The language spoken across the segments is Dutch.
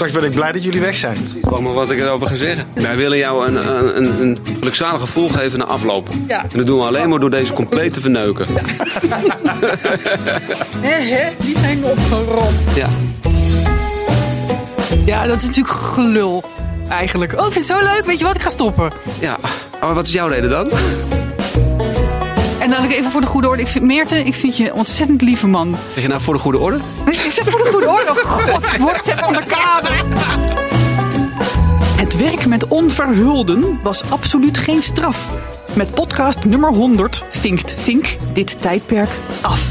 Straks ben ik blij dat jullie weg zijn. Kom maar wat ik erover ga zeggen. Wij willen jou een gelukzalig gevoel geven na afloop. Ja. En dat doen we alleen maar door deze compleet te verneuken. Ja. Die zijn opgerond. Ja. Ja, dat is natuurlijk gelul. Eigenlijk. Oh, ik vind het zo leuk. Weet je wat? Ik ga stoppen. Ja. Maar wat is jouw reden dan? En dan even voor de goede orde. Meerte, ik vind je een ontzettend lieve man. Zeg je nou voor de goede orde? Ik zeg voor de goede orde. Oh god, ik word zet van de kamer. Het werk met onverhulden was absoluut geen straf. Met podcast nummer 100 vinkt Vink dit tijdperk af.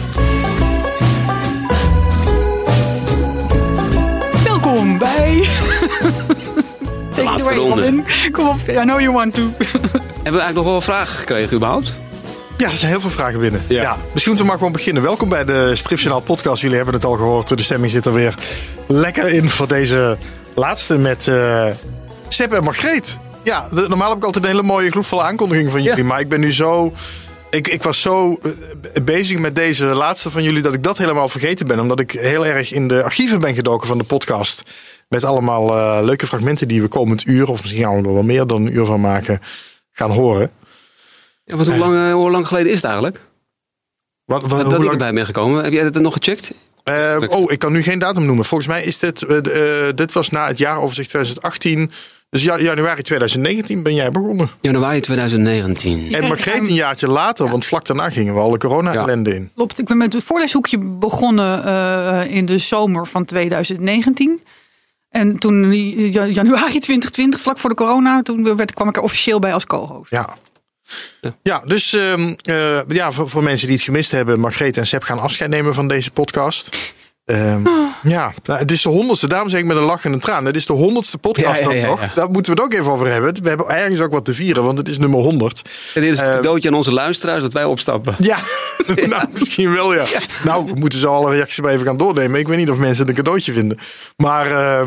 Welkom bij... De laatste ronde. Kom op, I know you want to. Hebben we eigenlijk nog wel vragen gekregen überhaupt? Ja, er zijn heel veel vragen binnen. Ja. Misschien moeten we maar gewoon beginnen. Welkom bij de Stripjournaal podcast. Jullie hebben het al gehoord. De stemming zit er weer lekker in voor deze laatste met Sepp en Margreet. Ja, normaal heb ik altijd een hele mooie gloedvolle aankondiging van jullie. Ja. Maar ik ben nu zo... Ik was zo bezig met deze laatste van jullie dat ik dat helemaal vergeten ben. Omdat ik heel erg in de archieven ben gedoken van de podcast. Met allemaal leuke fragmenten die we komend uur, of misschien gaan we er wel meer dan een uur van maken, gaan horen. Ja, hoe lang geleden is het eigenlijk? Hoe ik lang erbij ben gekomen. Heb jij het nog gecheckt? Ik kan nu geen datum noemen. Volgens mij is dit was na het jaaroverzicht 2018. Dus januari 2019 ben jij begonnen. Januari 2019. En Margreet een jaartje later, want vlak daarna gingen we alle corona-ellende in. Klopt, ik ben met het voorleeshoekje begonnen in de zomer van 2019. En toen januari 2020, vlak voor de corona, toen kwam ik er officieel bij als co-host. Ja, dus voor mensen die het gemist hebben, Margreet en Sepp gaan afscheid nemen van deze podcast. Ja, het is de 100ste, daarom zeg ik met een lach en een traan. Het is de 100ste podcast ook nog. Daar moeten we het ook even over hebben. We hebben ergens ook wat te vieren, want het is nummer 100. En dit is het cadeautje aan onze luisteraars dat wij opstappen. Ja, nou misschien wel ja. Nou, we moeten zo alle reacties maar even gaan doornemen. Ik weet niet of mensen het een cadeautje vinden. Maar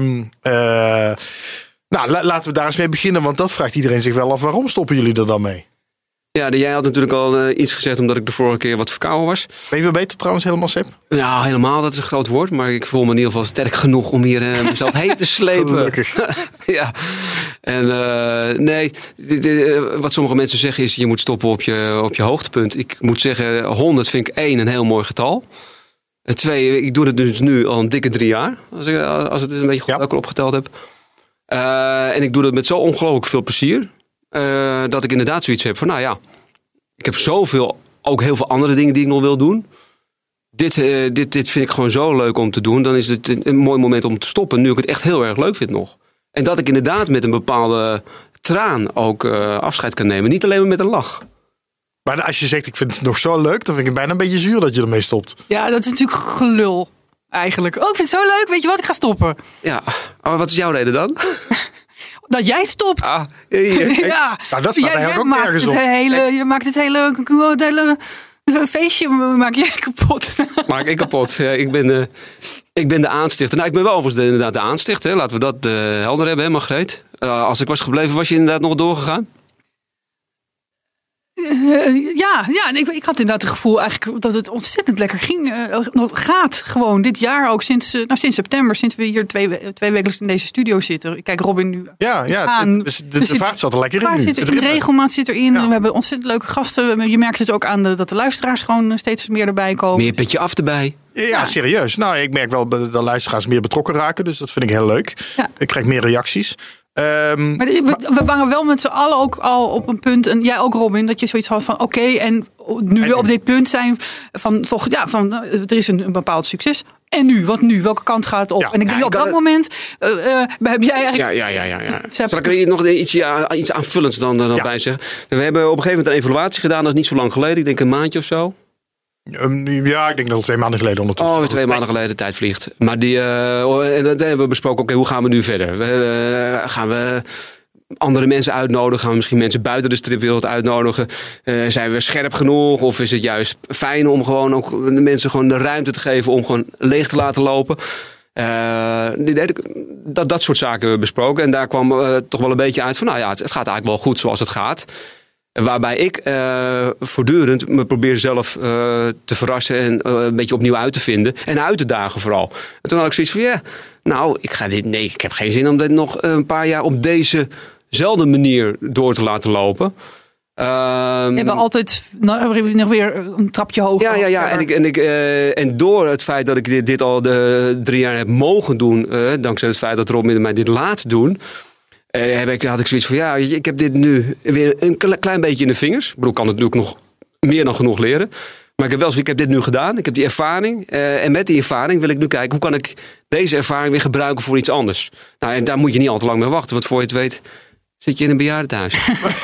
laten we daar eens mee beginnen, want dat vraagt iedereen zich wel af. Waarom stoppen jullie er dan mee? Ja, jij had natuurlijk al iets gezegd omdat ik de vorige keer wat verkouden was. Ben je weer beter trouwens helemaal, Sepp? Nou, helemaal, dat is een groot woord. Maar ik voel me in ieder geval sterk genoeg om hier mezelf heen te slepen. Gelukkig. Ja. En wat sommige mensen zeggen is, je moet stoppen op je hoogtepunt. Ik moet zeggen, 100 vind ik 1 een heel mooi getal. 2, ik doe het dus nu al een dikke 3 jaar. Als het een beetje goed dat ik opgeteld heb. En ik doe dat met zo ongelooflijk veel plezier. Dat ik inderdaad zoiets heb van, nou ja, ik heb zoveel, ook heel veel andere dingen die ik nog wil doen. Dit vind ik gewoon zo leuk om te doen. Dan is het een mooi moment om te stoppen, nu ik het echt heel erg leuk vind nog. En dat ik inderdaad met een bepaalde traan ook afscheid kan nemen. Niet alleen maar met een lach. Maar als je zegt, ik vind het nog zo leuk, dan vind ik het bijna een beetje zuur dat je ermee stopt. Ja, dat is natuurlijk gelul, eigenlijk. Oh, ik vind het zo leuk, weet je wat, ik ga stoppen. Ja, maar wat is jouw reden dan? Dat jij stopt. Ja. Nou, dat staat eigenlijk ook nergens op. Je maakt het hele feestje maak jij kapot. Maak ik kapot. Ja, ik ben de aanstichter. Nou, ik ben wel overigens inderdaad de aanstichter. Laten we dat helder hebben, hè, Margreet? Als ik was gebleven, was je inderdaad nog doorgegaan? Ik had inderdaad het gevoel eigenlijk dat het ontzettend lekker ging. Gaat gewoon dit jaar ook sinds september, sinds we hier twee wekelijks in deze studio zitten. Kijk, Robin nu aan. De vaart zat er lekker in nu. De regelmaat zit erin. Ja. We hebben ontzettend leuke gasten. Je merkt het ook aan dat de luisteraars gewoon steeds meer erbij komen. Meer petje af erbij. Ja, serieus. Nou, ik merk wel dat de luisteraars meer betrokken raken. Dus dat vind ik heel leuk. Ja. Ik krijg meer reacties. Maar we waren wel met z'n allen ook al op een punt, en jij ook Robin, dat je zoiets had van oké, en nu we op dit punt zijn van toch, ja, van er is een bepaald succes. En nu? Wat nu? Welke kant gaat het op? Ja, en ik denk op dat moment heb jij eigenlijk... Ja. Zal ik er nog iets aanvullends dan bij zeggen? We hebben op een gegeven moment een evaluatie gedaan, dat is niet zo lang geleden. Ik denk een maandje of zo. Ik denk dat 2 maanden geleden ondertussen. 2 maanden geleden, de tijd vliegt. Maar dat hebben we besproken, oké, hoe gaan we nu verder? Gaan we andere mensen uitnodigen? Gaan we misschien mensen buiten de stripwereld uitnodigen? Zijn we scherp genoeg? Of is het juist fijn om gewoon ook de mensen gewoon de ruimte te geven om gewoon leeg te laten lopen? Dat soort zaken hebben we besproken. En daar kwam toch wel een beetje uit van, nou ja, het gaat eigenlijk wel goed zoals het gaat. Waarbij ik voortdurend me probeer zelf te verrassen en een beetje opnieuw uit te vinden. En uit te dagen vooral. En toen had ik zoiets van ik heb geen zin om dit nog een paar jaar op dezezelfde manier door te laten lopen. We hebben altijd nog weer een trapje hoger. Ja. En door het feit dat ik dit al de 3 jaar heb mogen doen, dankzij het feit dat Robin mij dit laat doen, had ik zoiets van, ik heb dit nu weer een klein beetje in de vingers. Ik bedoel, ik kan natuurlijk nog meer dan genoeg leren. Maar ik heb dit nu gedaan. Ik heb die ervaring. En met die ervaring wil ik nu kijken, hoe kan ik deze ervaring weer gebruiken voor iets anders? Nou, en daar moet je niet al te lang mee wachten. Want voor je het weet, zit je in een bejaardentehuis.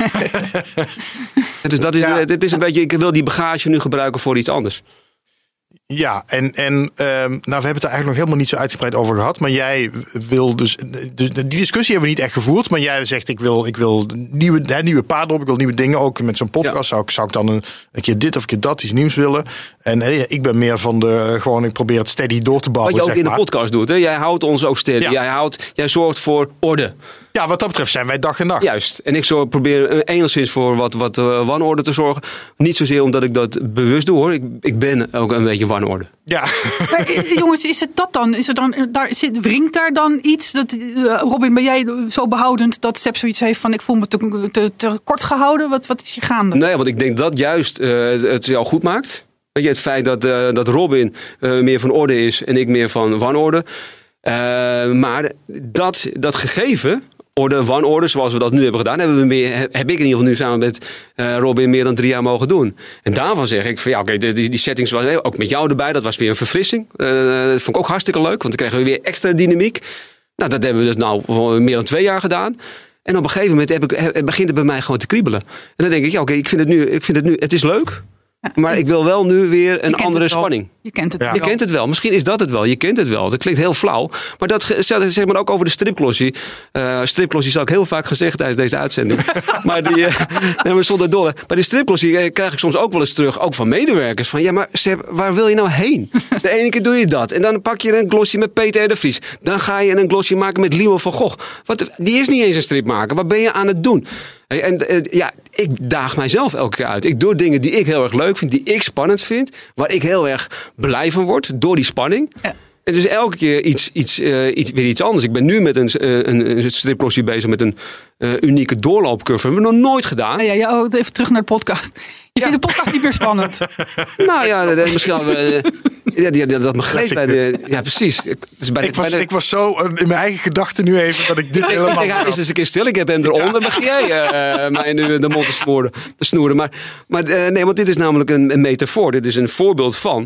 Dus dit is een beetje, ik wil die bagage nu gebruiken voor iets anders. Ja, en we hebben het er eigenlijk nog helemaal niet zo uitgebreid over gehad. Maar jij wil dus die discussie hebben we niet echt gevoerd. Maar jij zegt, ik wil nieuwe paden op. Ik wil nieuwe dingen. Ook met zo'n podcast zou ik dan een keer dit of een keer dat, iets nieuws willen. En ik ben meer van ik probeer het steady door te bouwen. Wat je ook in de podcast doet. Hè? Jij houdt ons ook steady. Ja. Jij zorgt voor orde. Ja, wat dat betreft zijn wij dag en nacht. Juist. En ik probeer enigszins voor wat wanorde te zorgen. Niet zozeer omdat ik dat bewust doe, hoor. Ik ben ook een beetje wanorde. Ja. Maar, jongens, is het dat dan? Wringt daar dan iets? Robin, ben jij zo behoudend dat Sepp zoiets heeft van, ik voel me te kort gehouden? Wat is je gaande? Nee, want ik denk dat juist het jou goed maakt. Weet je, het feit dat Robin meer van orde is en ik meer van wanorde. Maar dat gegeven, orde, wanorde, zoals we dat nu hebben gedaan, heb ik in ieder geval nu samen met Robin meer dan 3 jaar mogen doen. En daarvan zeg ik van die settings was ook met jou erbij, dat was weer een verfrissing. Dat vond ik ook hartstikke leuk, want dan kregen we weer extra dynamiek. Nou, dat hebben we dus nou meer dan 2 jaar gedaan. En op een gegeven moment begint het bij mij gewoon te kriebelen. En dan denk ik, ik vind het nu, het is leuk. Maar ik wil wel nu weer een andere spanning. Je kent het wel. Je kent het wel. Misschien is dat het wel. Je kent het wel. Dat klinkt heel flauw. Maar dat zeg maar ook over de stripklossie. Stripklossie zal ik heel vaak gezegd tijdens deze uitzending. Maar zonder dolle. Bij die stripklossie krijg ik soms ook wel eens terug. Ook van medewerkers. Van maar Sepp, waar wil je nou heen? De ene keer doe je dat. En dan pak je een glossie met Peter R. de Vries. Dan ga je een glossie maken met Leo van Gogh. Die is niet eens een stripmaker. Wat ben je aan het doen? En ik daag mijzelf elke keer uit. Ik doe dingen die ik heel erg leuk vind, die ik spannend vind, waar ik heel erg blij van word door die spanning. Ja. En dus elke keer weer iets anders. Ik ben nu met een stripklossie bezig met een unieke doorloopcurve. Dat hebben we nog nooit gedaan. Even terug naar de podcast. Je vindt de podcast niet meer spannend. Nou ja, misschien hadden we... dat begreep bij de... Ja, precies. Ik was zo in mijn eigen gedachten nu even dat ik dit helemaal... Hij is eens een keer stil. Ik heb hem eronder. Begin jij mij nu de mond te snoeren. Maar nee, want dit is namelijk een metafoor. Dit is een voorbeeld van...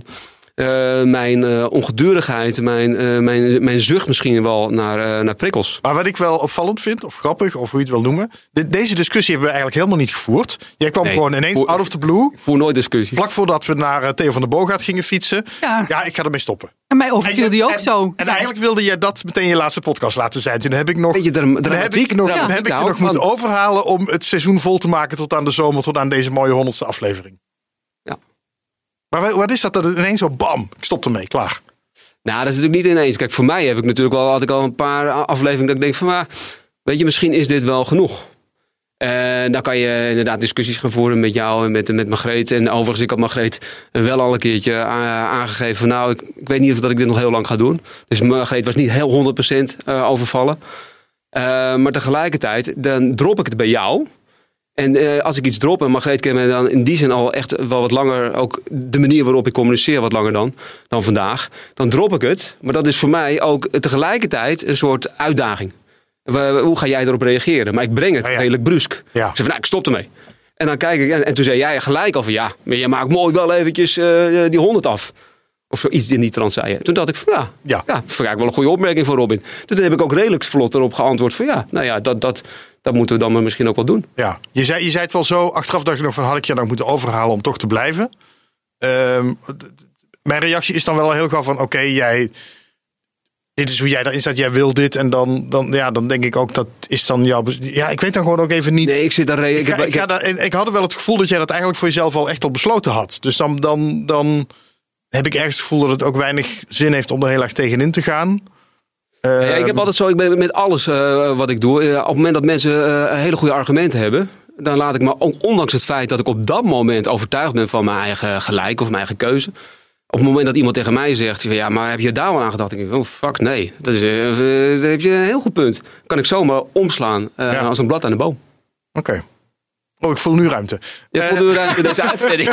mijn ongedurigheid, mijn zucht misschien wel naar prikkels. Maar wat ik wel opvallend vind, of grappig, of hoe je het wil noemen. Deze discussie hebben we eigenlijk helemaal niet gevoerd. Jij kwam gewoon ineens out of the blue. Voer nooit discussie. Vlak voordat we naar Theo van der Boogaard gingen fietsen. Ja, ik ga ermee stoppen. En mij overviel die ook zo. En eigenlijk wilde jij dat meteen je laatste podcast laten zijn. Toen heb ik nog, heb ik je nog moeten overhalen om het seizoen vol te maken tot aan de zomer, tot aan deze mooie 100ste aflevering. Ja. Maar wat is dat ineens zo bam? Ik stop ermee, klaar. Nou, dat is natuurlijk niet ineens. Kijk, voor mij had ik al een paar afleveringen dat ik denk van, weet je, misschien is dit wel genoeg. En dan kan je inderdaad discussies gaan voeren met jou en met Margreet. En overigens, ik had Margreet wel al een keertje aangegeven van, ik weet niet of dat ik dit nog heel lang ga doen. Dus Margreet was niet heel 100% overvallen. Maar tegelijkertijd, dan drop ik het bij jou. En als ik iets drop, en Margreet kent mij dan in die zin al echt wel wat langer, ook de manier waarop ik communiceer wat langer dan vandaag, dan drop ik het. Maar dat is voor mij ook tegelijkertijd een soort uitdaging. Hoe ga jij erop reageren? Maar ik breng het redelijk brusk. Ja. Ik zeg van, ik stop ermee. En dan kijk ik, en toen zei jij gelijk al van, maar je maakt mooi wel eventjes die 100 af. Of zoiets in die trant zei je. Toen dacht ik van, vond ik wel een goede opmerking van Robin. Dus toen heb ik ook redelijk vlot erop geantwoord van, dat moeten we dan maar misschien ook wel doen. Ja, je zei het wel zo. Achteraf dacht ik nog van, had ik je dan moeten overhalen om toch te blijven? Mijn reactie is dan wel heel gauw van, oké, dit is hoe jij erin staat. Jij wil dit. En dan denk ik ook, dat is dan jouw... Ja, ik weet dan gewoon ook even niet... Nee, ik zit daar... Ik had wel het gevoel dat jij dat eigenlijk voor jezelf al echt al besloten had. Dus dan heb ik ergens het gevoel dat het ook weinig zin heeft om er heel erg tegenin te gaan. Ik heb altijd zo, ik ben met alles wat ik doe, op het moment dat mensen hele goede argumenten hebben, dan laat ik me, ondanks het feit dat ik op dat moment overtuigd ben van mijn eigen gelijk of mijn eigen keuze. Op het moment dat iemand tegen mij zegt, ja, maar heb je daar wel aan gedacht? Dan denk ik, oh fuck, nee. Dat heb je een heel goed punt. Kan ik zomaar omslaan als een blad aan de boom. Oké. Oh, ik voel nu ruimte. Je voelt nu ruimte in deze uitzending.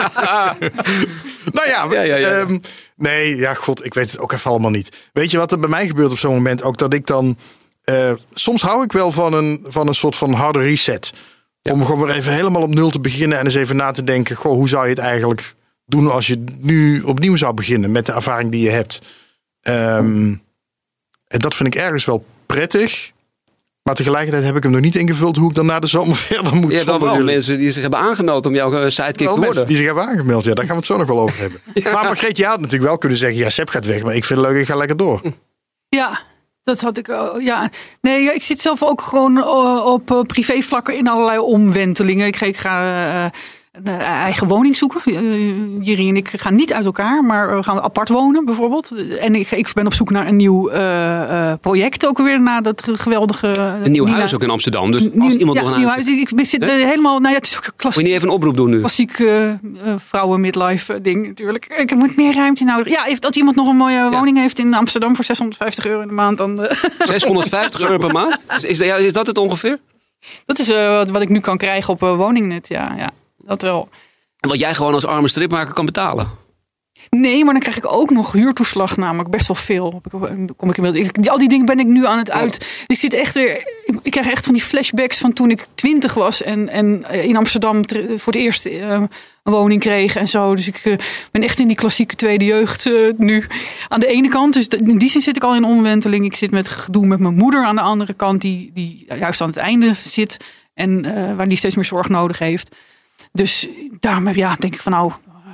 Nou ja. Nee, ja, god, ik weet het ook even allemaal niet. Weet je wat er bij mij gebeurt op zo'n moment? Ook dat ik dan... soms hou ik wel van een soort van harde reset. Ja. Om gewoon weer even helemaal op nul te beginnen en eens even na te denken. Goh, hoe zou je het eigenlijk doen als je nu opnieuw zou beginnen met de ervaring die je hebt? En dat vind ik ergens wel prettig. Maar tegelijkertijd heb ik hem nog niet ingevuld hoe ik dan na de zomer verder moet. Je hebt dan wel mensen die zich hebben aangemeld om jouw sidekick te worden. Mensen die zich hebben aangemeld, ja, daar gaan we het zo nog wel over hebben. Ja. Maar Margreet, je had natuurlijk wel kunnen zeggen, ja, Seb gaat weg, maar ik vind het leuk, ik ga lekker door. Ja. Dat had ik, ja. Nee, ik zit zelf ook gewoon op privévlakken in allerlei omwentelingen. Ik ga een eigen woning zoeken. Jiri en ik gaan niet uit elkaar, maar we gaan apart wonen bijvoorbeeld. En ik ben op zoek naar een nieuw project ook weer na dat geweldige... Een nieuw huis ook in Amsterdam. Dus als iemand nog een huis... Ik zit helemaal... Nou ja, het is ook klassiek. Moet je niet even een oproep doen nu? Klassiek vrouwen midlife ding natuurlijk. Ik moet meer ruimte nodig. Ja, als iemand nog een mooie woning heeft in Amsterdam voor €650 in de maand, dan... €650 per maand? Is dat het ongeveer? Dat is wat ik nu kan krijgen op Woningnet, ja. Dat wel. En wat jij gewoon als arme stripmaker kan betalen? Nee, maar dan krijg ik ook nog huurtoeslag, namelijk best wel veel. Al die dingen ben ik nu aan het uit. Ik krijg echt van die flashbacks van toen ik 20 was en in Amsterdam voor het eerst een woning kreeg en zo. Dus ik ben echt in die klassieke tweede jeugd nu. Aan de ene kant, dus in die zin zit ik al in omwenteling. Ik zit met gedoe met mijn moeder aan de andere kant, die juist aan het einde zit en waar die steeds meer zorg nodig heeft. Dus daarom denk ik van nou...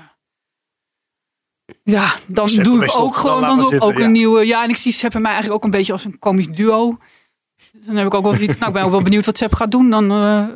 Ja, dan doe ik ook gewoon een nieuwe... Ja, en ik zie Seb en mij eigenlijk ook een beetje als een komisch duo. Dus dan heb ik ook wel ik ben ook wel benieuwd wat Seb gaat doen. Dan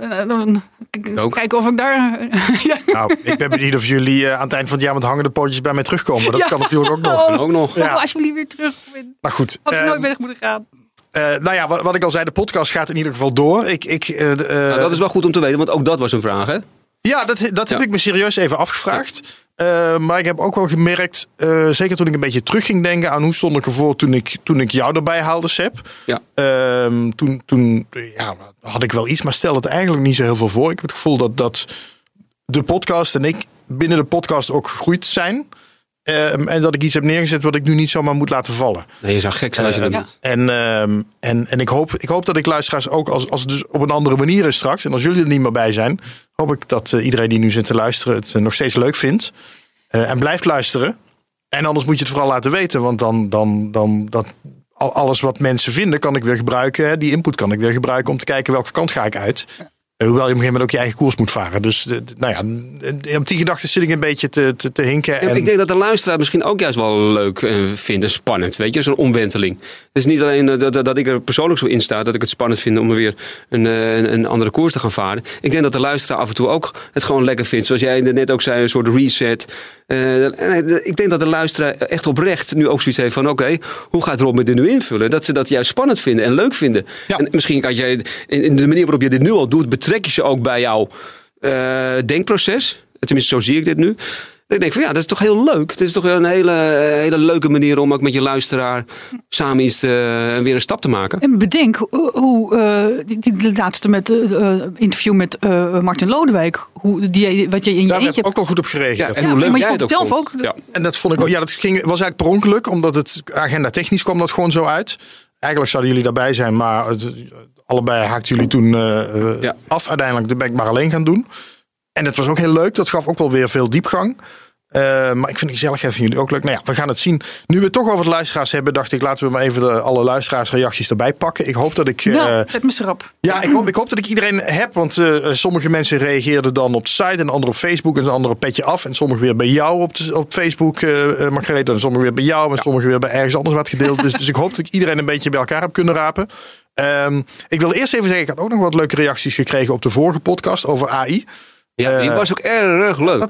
kijken of ik daar... Nou, ik ben benieuwd of jullie aan het eind van het jaar met hangende pootjes bij mij terugkomen. Dat kan natuurlijk ook nog. Ja. Alsjeblieft weer terug. Maar goed. Had ik nooit weg moeten gaan. Nou ja, wat ik al zei, de podcast gaat in ieder geval door. Dat is wel goed om te weten, want ook dat was een vraag, hè? Ja, dat heb ik me serieus even afgevraagd. Maar ik heb ook wel gemerkt, zeker toen ik een beetje terug ging denken aan hoe stond ik ervoor toen ik jou erbij haalde, Seb. Ja. Toen had ik wel iets, maar stel het eigenlijk niet zo heel veel voor. Ik heb het gevoel dat de podcast en ik binnen de podcast ook gegroeid zijn. En dat ik iets heb neergezet wat ik nu niet zomaar moet laten vallen. Nee, je zou gek zijn als je dat doet. En ik hoop dat ik luisteraars ook als het dus op een andere manier is straks. En als jullie er niet meer bij zijn, hoop ik dat iedereen die nu zit te luisteren het nog steeds leuk vindt. En blijft luisteren. En anders moet je het vooral laten weten. Want dan alles wat mensen vinden kan ik weer gebruiken. Die input kan ik weer gebruiken om te kijken welke kant ga ik uit. Hoewel je op een gegeven moment ook je eigen koers moet varen. Dus op die gedachte zit ik een beetje te hinken. Ja, ik denk dat de luisteraar misschien ook juist wel leuk vindt en spannend. Weet je, zo'n omwenteling. Het is niet alleen dat ik er persoonlijk zo in sta, dat ik het spannend vind om weer een andere koers te gaan varen. Ik denk dat de luisteraar af en toe ook het gewoon lekker vindt. Zoals jij net ook zei, een soort reset. Ik denk dat de luisteraar echt oprecht nu ook zoiets heeft van oké, hoe gaat Rob me dit nu invullen? Dat ze dat juist spannend vinden en leuk vinden. Ja. En misschien kan jij in de manier waarop je dit nu al doet, betrek je ze ook bij jouw denkproces. Tenminste, zo zie ik dit nu. Ik denk van dat is toch heel leuk. Het is toch een hele leuke manier om ook met je luisteraar samen iets weer een stap te maken. En bedenk hoe die laatste interview met Martin Lodewijk, wat je in je daar eentje heb ik ook wel goed op gereageerd. En hoe leuk maar je jij vond het zelf ook. Ja. En dat vond ik ook. Ja, dat was eigenlijk per ongeluk, omdat het agenda technisch kwam dat gewoon zo uit. Eigenlijk zouden jullie daarbij zijn, maar allebei haakten jullie toen af. Uiteindelijk ben ik maar alleen gaan doen. En dat was ook heel leuk. Dat gaf ook wel weer veel diepgang. Maar ik vind de gezelligheid van jullie ook leuk. Nou ja, we gaan het zien. Nu we het toch over de luisteraars hebben, dacht ik, laten we maar even alle luisteraarsreacties erbij pakken. Ik hoop dat ik... zet me schrap. Ja, ik hoop dat ik iedereen heb. Want sommige mensen reageerden dan op de site en anderen op Facebook en anderen op Petje Af. En sommigen weer bij jou op Facebook, Margreet. En sommigen weer bij jou en sommigen weer bij ergens anders wat gedeeld. Dus ik hoop dat ik iedereen een beetje bij elkaar heb kunnen rapen. Ik wil eerst even zeggen, ik had ook nog wat leuke reacties gekregen op de vorige podcast over AI. Ja, die was ook erg leuk.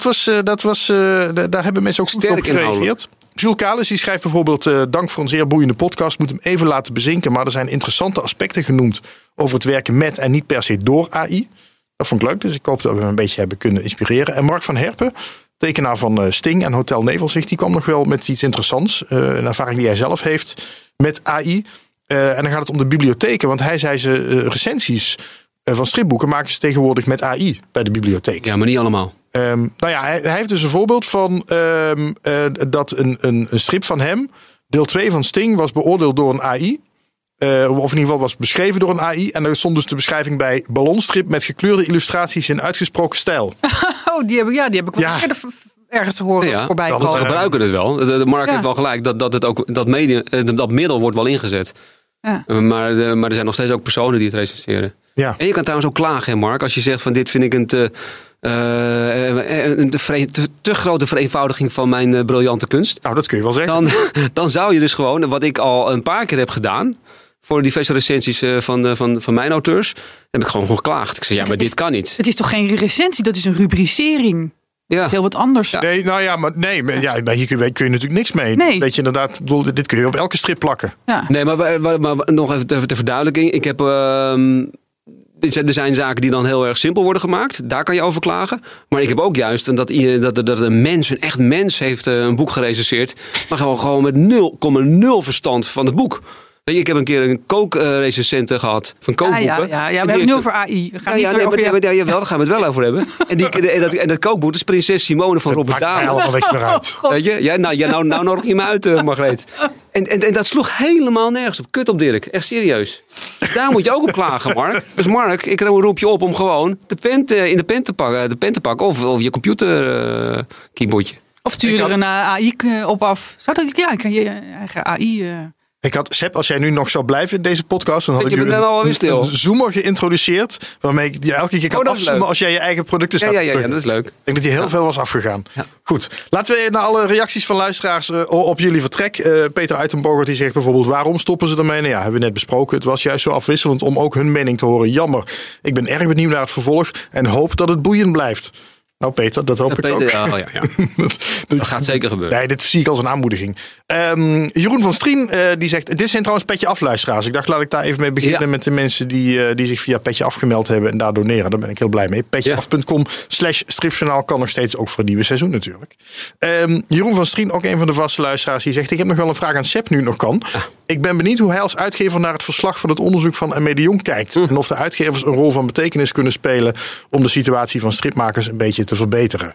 Daar hebben mensen ook goed op gereageerd. Jules Kalis die schrijft bijvoorbeeld: dank voor een zeer boeiende podcast. Moet hem even laten bezinken. Maar er zijn interessante aspecten genoemd over het werken met en niet per se door AI. Dat vond ik leuk, dus ik hoop dat we hem een beetje hebben kunnen inspireren. En Mark van Herpen, tekenaar van Sting en Hotel Nevelzicht, die kwam nog wel met iets interessants. Een ervaring die hij zelf heeft met AI. En dan gaat het om de bibliotheken, want hij zei recensies van stripboeken maken ze tegenwoordig met AI bij de bibliotheek. Ja, maar niet allemaal. Hij heeft dus een voorbeeld van dat een strip van hem, deel 2 van Sting, was beoordeeld door een AI. Of in ieder geval was beschreven door een AI. En er stond dus de beschrijving bij ballonstrip met gekleurde illustraties in uitgesproken stijl. Oh, die heb ik wel eerder ergens horen voorbij komen. Ze gebruiken het wel. De Mark heeft wel gelijk dat middel wordt wel ingezet. Ja. Maar er zijn nog steeds ook personen die het recenseren. Ja. En je kan trouwens ook klagen, hè, Mark, als je zegt van dit vind ik een te grote vereenvoudiging van mijn briljante kunst. Nou, dat kun je wel zeggen. Dan zou je dus gewoon, wat ik al een paar keer heb gedaan, voor diverse recensies van mijn auteurs, heb ik gewoon geklaagd. Ik zei, maar dit kan niet. Het is toch geen recensie, dat is een rubricering. Ja. Dat is heel wat anders. Ja. Maar hier kun je natuurlijk niks mee. Nee. Weet je, inderdaad, dit kun je op elke strip plakken. Ja. Nee, maar nog even ter verduidelijking. Ik heb er zijn zaken die dan heel erg simpel worden gemaakt. Daar kan je over klagen. Maar ik heb ook juist dat een echt mens heeft een boek gerecenseerd, maar gewoon met 0,0 verstand van het boek. Ik heb een keer een kookrecensente gehad van kookboeken. Ja, we hebben het nu over AI. Daar gaan we het wel over hebben. En dat kookboek is Prinses Simone van Robert Damen. Helemaal niks meer uit. Weet je? Nou nodig je me uit, Margreet. En dat sloeg helemaal nergens op. Kut op, Dirk. Echt serieus. Daar moet je ook op klagen, Mark. Dus Mark, ik roep je op om gewoon de pen te pakken. Of je computer keyboardje. Of stuur er een AI op af. Ik kan je eigen AI... Sepp, als jij nu nog zou blijven in deze podcast, dan had ik nu een zoomer geïntroduceerd, waarmee ik die elke keer kan afzoomen als jij je eigen producten staat. Ja, dat is leuk. Ik denk dat hij heel veel was afgegaan. Ja. Goed, laten we naar alle reacties van luisteraars op jullie vertrek. Peter Uitenborger die zegt bijvoorbeeld, waarom stoppen ze ermee? Nou ja, hebben we net besproken. Het was juist zo afwisselend om ook hun mening te horen. Jammer. Ik ben erg benieuwd naar het vervolg en hoop dat het boeiend blijft. Nou Peter, dat hoop ik ook. Ja. Dat gaat zeker gebeuren. Nee, dit zie ik als een aanmoediging. Jeroen van Strien die zegt, dit zijn trouwens Petje Af luisteraars. Ik dacht, laat ik daar even mee beginnen met de mensen die zich via Petje Af gemeld hebben en daar doneren. Daar ben ik heel blij mee. Petjeaf.com/stripjournaal kan nog steeds ook voor het nieuwe seizoen natuurlijk. Jeroen van Strien, ook een van de vaste luisteraars, die zegt, ik heb nog wel een vraag aan Sepp nu het nog kan. Ik ben benieuwd hoe hij als uitgever naar het verslag van het onderzoek van Aimé de Jong kijkt. En of de uitgevers een rol van betekenis kunnen spelen om de situatie van stripmakers een beetje te verbeteren.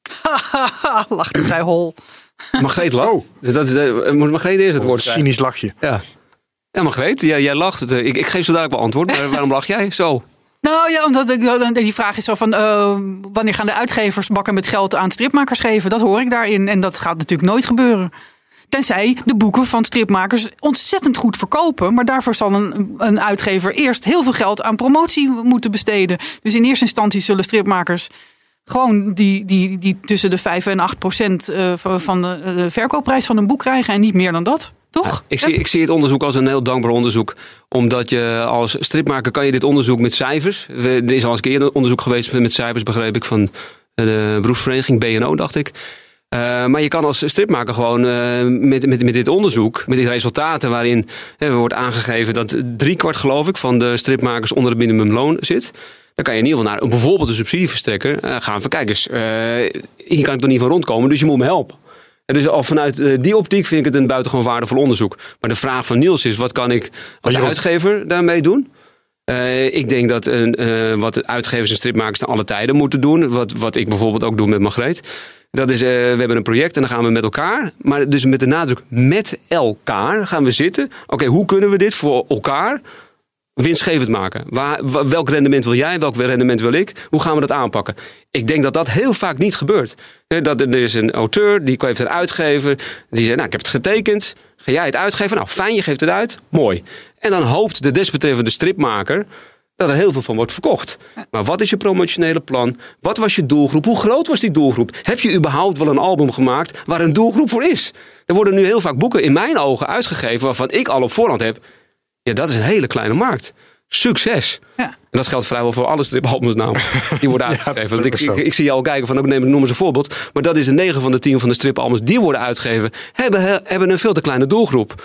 Lacht hij vrij hol. Margreet lacht. Oh. Dus Margreet is het woord. Cynisch lachje. Ja, Margreet, jij lacht. Ik geef zo dadelijk wel antwoord, maar waarom lach jij zo? Nou ja, omdat die vraag is zo van wanneer gaan de uitgevers bakken met geld aan stripmakers geven? Dat hoor ik daarin. En dat gaat natuurlijk nooit gebeuren. Tenzij de boeken van stripmakers ontzettend goed verkopen. Maar daarvoor zal een uitgever eerst heel veel geld aan promotie moeten besteden. Dus in eerste instantie zullen stripmakers gewoon die tussen de 5 en 8% van de verkoopprijs van een boek krijgen. En niet meer dan dat. Toch? Ja, ik zie het onderzoek als een heel dankbaar onderzoek. Omdat je als stripmaker kan je dit onderzoek met cijfers. Er is al eens een keer een onderzoek geweest met cijfers, begreep ik, van de beroepsvereniging BNO, dacht ik. Maar je kan als stripmaker gewoon met dit onderzoek, met die resultaten waarin wordt aangegeven dat 3/4 geloof ik van de stripmakers onder het minimumloon zit. Dan kan je in ieder geval naar bijvoorbeeld een subsidieverstrekker gaan van kijk eens, hier kan ik er niet van rondkomen, dus je moet me helpen. En dus al vanuit die optiek vind ik het een buitengewoon waardevol onderzoek. Maar de vraag van Niels is, wat kan ik als uitgever daarmee doen? Ik denk dat wat uitgevers en stripmakers naar alle tijden moeten doen, wat ik bijvoorbeeld ook doe met Margreet, dat is, we hebben een project en dan gaan we met elkaar, maar dus met de nadruk met elkaar gaan we zitten. Oké, hoe kunnen we dit voor elkaar winstgevend maken? Welk rendement wil jij? Welk rendement wil ik? Hoe gaan we dat aanpakken? Ik denk dat dat heel vaak niet gebeurt. Dat er is een auteur, die heeft een uitgever, die zegt, nou, ik heb het getekend. Ga jij het uitgeven? Nou, fijn, je geeft het uit. Mooi. En dan hoopt de desbetreffende stripmaker dat er heel veel van wordt verkocht. Maar wat is je promotionele plan? Wat was je doelgroep? Hoe groot was die doelgroep? Heb je überhaupt wel een album gemaakt waar een doelgroep voor is? Er worden nu heel vaak boeken in mijn ogen uitgegeven waarvan ik al op voorhand heb, ja, dat is een hele kleine markt. Succes. Ja. En dat geldt vrijwel voor alle stripalbums namelijk. Die worden uitgegeven. Want ik zie je al kijken van, noem eens een voorbeeld. Maar dat is een 9 van de 10 van de stripalbums die worden uitgegeven, hebben een veel te kleine doelgroep.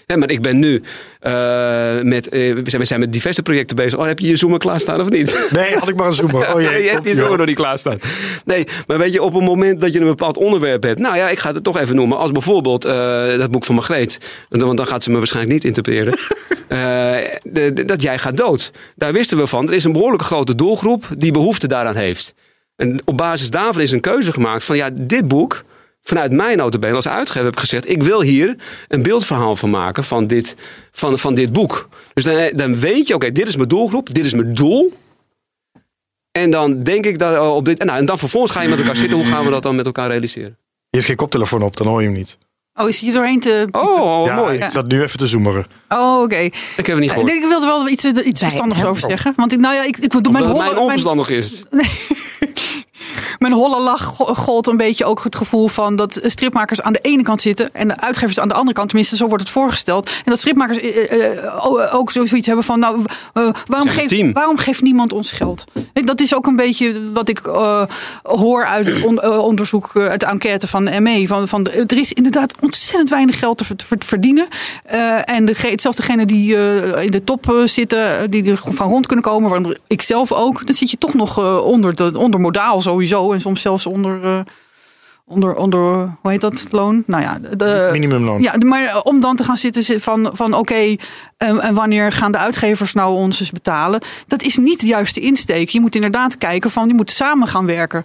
Ja, maar ik ben nu we zijn met diverse projecten bezig. Heb je je zoomer klaarstaan of niet? Nee, had ik maar een zoomer. Oh jee, je hebt die zoomer nog niet klaarstaan. Nee, maar weet je, op het moment dat je een bepaald onderwerp hebt. Nou ja, ik ga het toch even noemen. Als bijvoorbeeld dat boek van Margreet. Want dan gaat ze me waarschijnlijk niet interpreteren. Dat jij gaat dood. Daar wisten we van. Er is een behoorlijke grote doelgroep die behoefte daaraan heeft. En op basis daarvan is een keuze gemaakt van dit boek, vanuit mijn notabene als uitgever heb ik gezegd, ik wil hier een beeldverhaal van maken van dit boek. Dus dan weet je, oké, dit is mijn doelgroep, dit is mijn doel. En dan denk ik dat op dit. En dan vervolgens ga je met elkaar zitten, hoe gaan we dat dan met elkaar realiseren? Je hebt geen koptelefoon op, dan hoor je hem niet. Oh, is hij doorheen te... Ja, mooi. Ik zat nu even te zoemeren. Oh, oké. Ik heb het niet gehoord. Ik wilde wel iets verstandigs over zeggen. Want mijn onverstandig is. Mijn holle lach gold een beetje ook het gevoel van dat stripmakers aan de ene kant zitten en de uitgevers aan de andere kant. Tenminste, zo wordt het voorgesteld. En dat stripmakers ook zoiets hebben van, waarom geeft niemand ons geld? Dat is ook een beetje wat ik hoor uit het onderzoek, uit de enquête van de ME. Er is inderdaad ontzettend weinig geld te verdienen. En hetzelfdegenen die in de top zitten, die er van rond kunnen komen, waaronder ik zelf ook, dan zit je toch nog onder modaal sowieso. En soms zelfs onder hoe heet dat, loon? Nou ja, minimumloon. Ja, maar om dan te gaan zitten van oké, en wanneer gaan de uitgevers nou ons eens betalen? Dat is niet de juiste insteek. Je moet inderdaad kijken van, je moet samen gaan werken.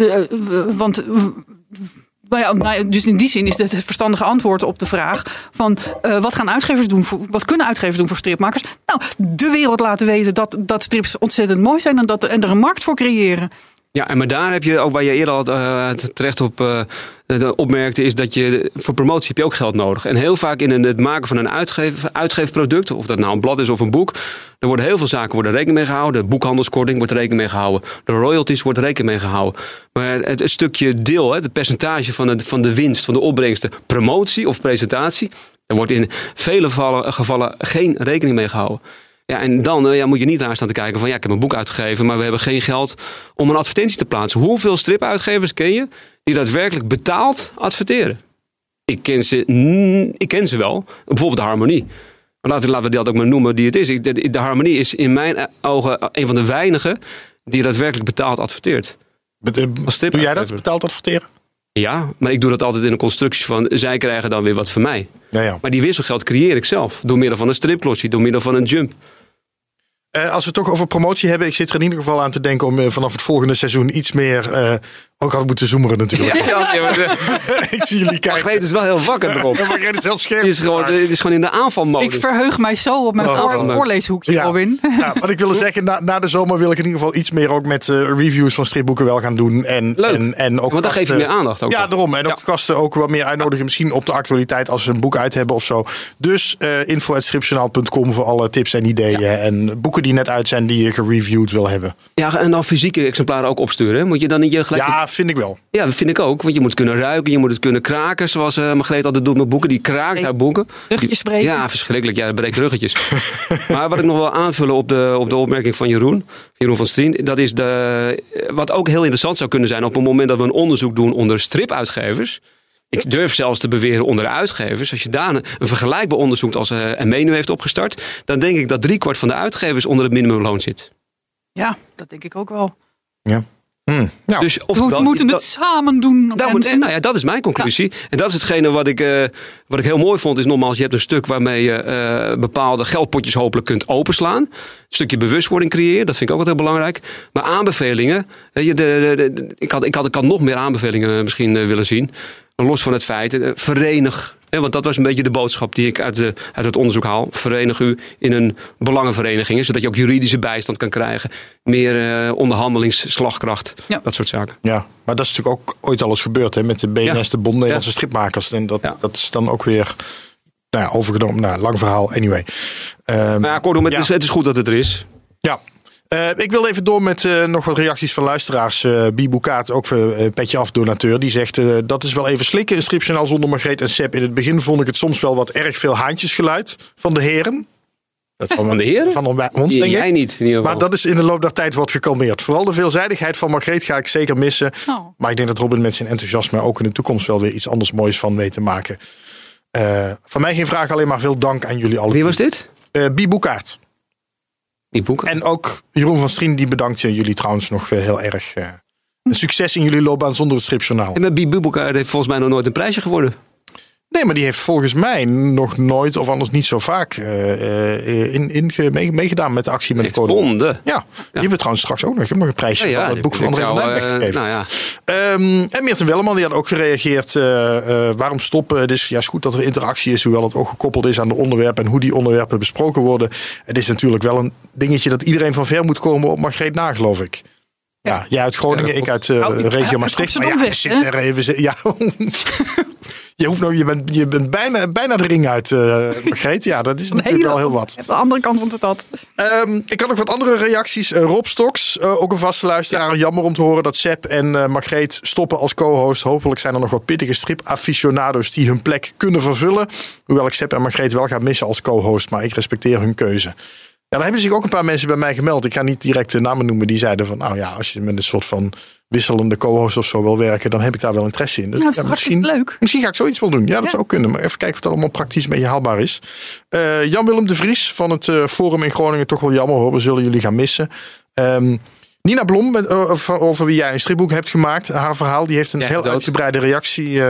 Dus in die zin is dit het verstandige antwoord op de vraag van wat gaan uitgevers doen? Wat kunnen uitgevers doen voor stripmakers? Nou, de wereld laten weten dat strips ontzettend mooi zijn en er een markt voor creëren. Ja, maar daar heb je ook, waar je eerder al terecht op opmerkte, is dat je voor promotie heb je ook geld nodig. En heel vaak in het maken van een uitgeefproduct, of dat nou een blad is of een boek, er worden heel veel zaken rekening mee gehouden. De boekhandelskorting wordt rekening mee gehouden. De royalties wordt rekening mee gehouden. Maar het stukje deel, het percentage van de winst, van de opbrengsten, promotie of presentatie, daar wordt in vele gevallen geen rekening mee gehouden. Ja, en dan moet je niet naar staan te kijken van ik heb een boek uitgegeven, maar we hebben geen geld om een advertentie te plaatsen. Hoeveel stripuitgevers ken je die daadwerkelijk betaald adverteren? Ik ken ze wel. Bijvoorbeeld de Harmonie. Laten we dat ook maar noemen die het is. De Harmonie is in mijn ogen een van de weinigen die daadwerkelijk betaald adverteert. Doe jij dat, betaald adverteren? Ja, maar ik doe dat altijd in een constructie van zij krijgen dan weer wat van mij. Ja. Maar die wisselgeld creëer ik zelf. Door middel van een stripklosje, door middel van een jump. Als we het toch over promotie hebben, ik zit er in ieder geval aan te denken om vanaf het volgende seizoen iets meer. Ook had ik moeten zoemeren natuurlijk. Ik zie jullie kijken. Margreet is wel heel wakker erop. Margreet is heel scherp. Het is gewoon in de aanvalmodus. Ik verheug mij zo op mijn voorleeshoekje, Robin. Ja, wat ik wilde zeggen, na de zomer wil ik in ieder geval iets meer ook met reviews van stripboeken wel gaan doen. En ook want dan geef je meer aandacht ook. Ja, daarom. En ook gasten ook wat meer uitnodigen. Misschien op de actualiteit als ze een boek uit hebben of zo. Dus info@stripjournaal.com voor alle tips en ideeën. Ja. En boeken die net uit zijn die je gereviewd wil hebben. Ja, en dan fysieke exemplaren ook opsturen. Moet je dan niet gelijk... Ja, vind ik wel. Ja, dat vind ik ook. Want je moet kunnen ruiken, je moet het kunnen kraken. Zoals Margreet altijd doet met boeken. Die kraakt haar boeken. Ruggetjes breken. Ja, verschrikkelijk. Ja, dat breekt ruggetjes. Maar wat ik nog wil aanvullen op de opmerking van Jeroen van Strien. Dat is wat ook heel interessant zou kunnen zijn op het moment dat we een onderzoek doen onder stripuitgevers. Ik durf zelfs te beweren onder de uitgevers. Als je daar een vergelijkbaar onderzoek als ME nu heeft opgestart. Dan denk ik dat 3/4 van de uitgevers onder het minimumloon zit. Ja, dat denk ik ook wel. Ja. Nou, dus we moeten het samen doen. Dat is mijn conclusie. Ja. En dat is hetgene wat ik heel mooi vond. Is nogmaals, je hebt een stuk waarmee je bepaalde geldpotjes hopelijk kunt openslaan. Een stukje bewustwording creëren. Dat vind ik ook altijd heel belangrijk. Maar aanbevelingen. Ik had nog meer aanbevelingen misschien willen zien. Los van het feit, verenig. Want dat was een beetje de boodschap die ik uit het onderzoek haal. Verenig u in een belangenvereniging. Zodat je ook juridische bijstand kan krijgen. Meer onderhandelingsslagkracht. Ja. Dat soort zaken. Ja, maar dat is natuurlijk ook ooit al eens gebeurd. Hè, met de BNS, de Bond Nederlandse Stripmakers. En dat is dan ook weer overgenomen. Lang verhaal, anyway. Kortom, het is goed dat het er is. Ja. Ik wil even door met nog wat reacties van luisteraars. Biboekaat, ook petje af donateur. Die zegt, dat is wel even slikken. Een stripjournaal zonder Margreet en Sepp. In het begin vond ik het soms wel wat erg veel haantjesgeluid van de heren. Van de heren? Van ons, denk ik. Jij niet, in ieder geval. Maar dat is in de loop der tijd wordt gekalmeerd. Vooral de veelzijdigheid van Margreet ga ik zeker missen. Oh. Maar ik denk dat Robin met zijn enthousiasme ook in de toekomst wel weer iets anders moois van weet te maken. Van mij geen vraag, alleen maar veel dank aan jullie allen. Wie was dit? Bie Boekaert. Die boeken. En ook Jeroen van Strien, die bedankt jullie trouwens nog heel erg. Succes in jullie loopbaan zonder het stripjournaal. En met Bie Boekaert heeft volgens mij nog nooit een prijsje gewonnen. Nee, maar die heeft volgens mij nog nooit, of anders niet zo vaak, meegedaan met de actie met het code. Ja, die hebben we trouwens straks ook nog. Ik heb nog een prijsje van het boek van André van Duin weggegeven. En Meerten Welleman, die had ook gereageerd. Waarom stoppen? Het is goed dat er interactie is, hoewel het ook gekoppeld is aan de onderwerpen en hoe die onderwerpen besproken worden. Het is natuurlijk wel een dingetje dat iedereen van ver moet komen op Margreet na, geloof ik. Ja, jij uit Groningen, ik uit regio Maastricht. Je bent bijna de ring uit, Margreet. Ja, dat is natuurlijk wel heel wat. Aan de andere kant van de stad. Ik had nog wat andere reacties. Rob Stoks, ook een vaste luisteraar. Jammer om te horen dat Sepp en Margreet stoppen als co-host. Hopelijk zijn er nog wat pittige stripaficionado's die hun plek kunnen vervullen. Hoewel ik Sepp en Margreet wel ga missen als co-host. Maar ik respecteer hun keuze. Ja, daar hebben zich ook een paar mensen bij mij gemeld. Ik ga niet direct de namen noemen. Die zeiden van, nou ja, als je met een soort van wisselende co-host of zo wil werken, dan heb ik daar wel interesse in. Dus, dat is misschien leuk. Misschien ga ik zoiets wel doen. Ja, dat zou ook kunnen. Maar even kijken of dat allemaal praktisch een beetje haalbaar is. Jan-Willem de Vries van het Forum in Groningen. Toch wel jammer hoor. We zullen jullie gaan missen. Nina Blom, over wie jij een stripboek hebt gemaakt. Haar verhaal, die heeft een heel uitgebreide reactie.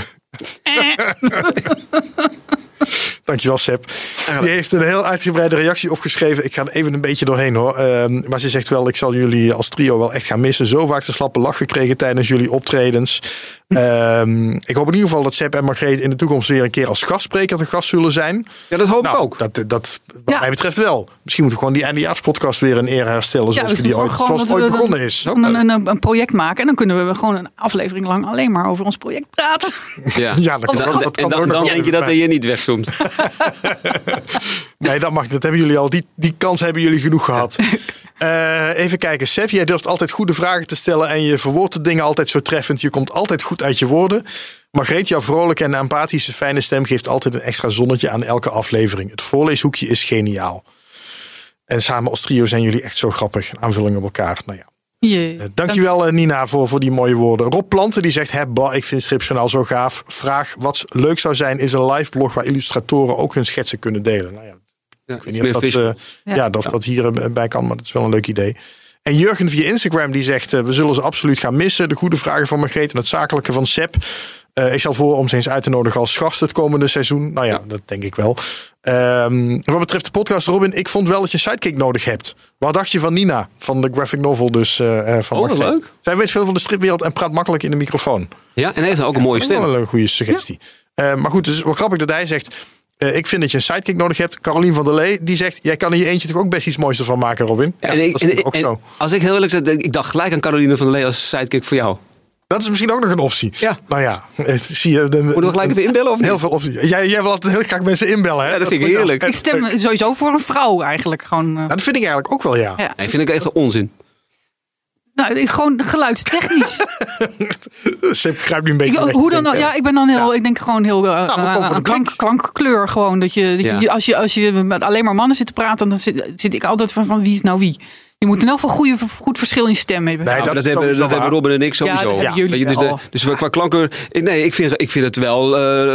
Dankjewel, Sepp. Die heeft een heel uitgebreide reactie opgeschreven. Ik ga er even een beetje doorheen hoor. Maar ze zegt wel, ik zal jullie als trio wel echt gaan missen. Zo vaak de slappe lach gekregen tijdens jullie optredens. Ik hoop in ieder geval dat Sepp en Margreet in de toekomst weer een keer als gastspreker te gast zullen zijn. Ja, dat hoop ik ook. Dat wat mij betreft wel. Misschien moeten we gewoon die eindejaarspodcast weer in ere herstellen. Zoals die ooit begonnen is. Een project maken. En dan kunnen we gewoon een aflevering lang alleen maar over ons project praten. Ja, dan denk je dat je niet wegzoomt. Nee, dat mag. Dat hebben jullie al. Die kans hebben jullie genoeg gehad. Even kijken. Sepp, jij durft altijd goede vragen te stellen en je verwoordt de dingen altijd zo treffend. Je komt altijd goed uit je woorden. Margreet, jouw vrolijke en empathische fijne stem geeft altijd een extra zonnetje aan elke aflevering. Het voorleeshoekje is geniaal. En samen als trio zijn jullie echt zo grappig. Een aanvulling op elkaar. Nou ja. Dankjewel Nina voor die mooie woorden. Rob Planten die zegt, ik vind Stripjournaal zo gaaf. Vraag, wat leuk zou zijn is een live blog waar illustratoren ook hun schetsen kunnen delen. Nou ja. Ik weet niet of dat hierbij kan, maar dat is wel een leuk idee. En Jurgen via Instagram die zegt, we zullen ze absoluut gaan missen. De goede vragen van Margreet en het zakelijke van Sepp. Ik stel voor om ze eens uit te nodigen als gast het komende seizoen. Nou ja, dat denk ik wel. Wat betreft de podcast, Robin, ik vond wel dat je een sidekick nodig hebt. Wat dacht je van Nina, van de graphic novel dus van Margreet? Leuk. Zij weet veel van de stripwereld en praat makkelijk in de microfoon. Ja, en hij heeft ook een mooie stem. Wel een goede suggestie. Maar goed, het is wel grappig dat hij zegt, ik vind dat je een sidekick nodig hebt. Carolien van der Lee, die zegt, jij kan er je eentje toch ook best iets moois van maken, Robin? Ja, dat is ook zo. Als ik heel eerlijk zeg, ik dacht gelijk aan Caroline van der Lee als sidekick voor jou. Dat is misschien ook nog een optie. Ja. Nou ja, zie je. Moeten we gelijk even inbellen of niet? Heel veel opties. Jij wil altijd heel graag mensen inbellen, hè? Ja, dat vind ik heerlijk. Ik stem sowieso voor een vrouw eigenlijk. Gewoon, dat vind ik eigenlijk ook wel, ja. Nee, vind ik echt een onzin. Nou, gewoon geluidstechnisch. Sepp kruipt nu een beetje. Hoe dan? Ja, ik ben dan heel. Ik denk gewoon heel klankkleur gewoon. Dat als je met alleen maar mannen zit te praten, dan zit ik altijd van wie is nou wie. Je moet in elk geval goed verschil in stem hebben. Nee, dat hebben Robin en ik sowieso. Ja. Dus qua klanken. Nee, ik vind het wel.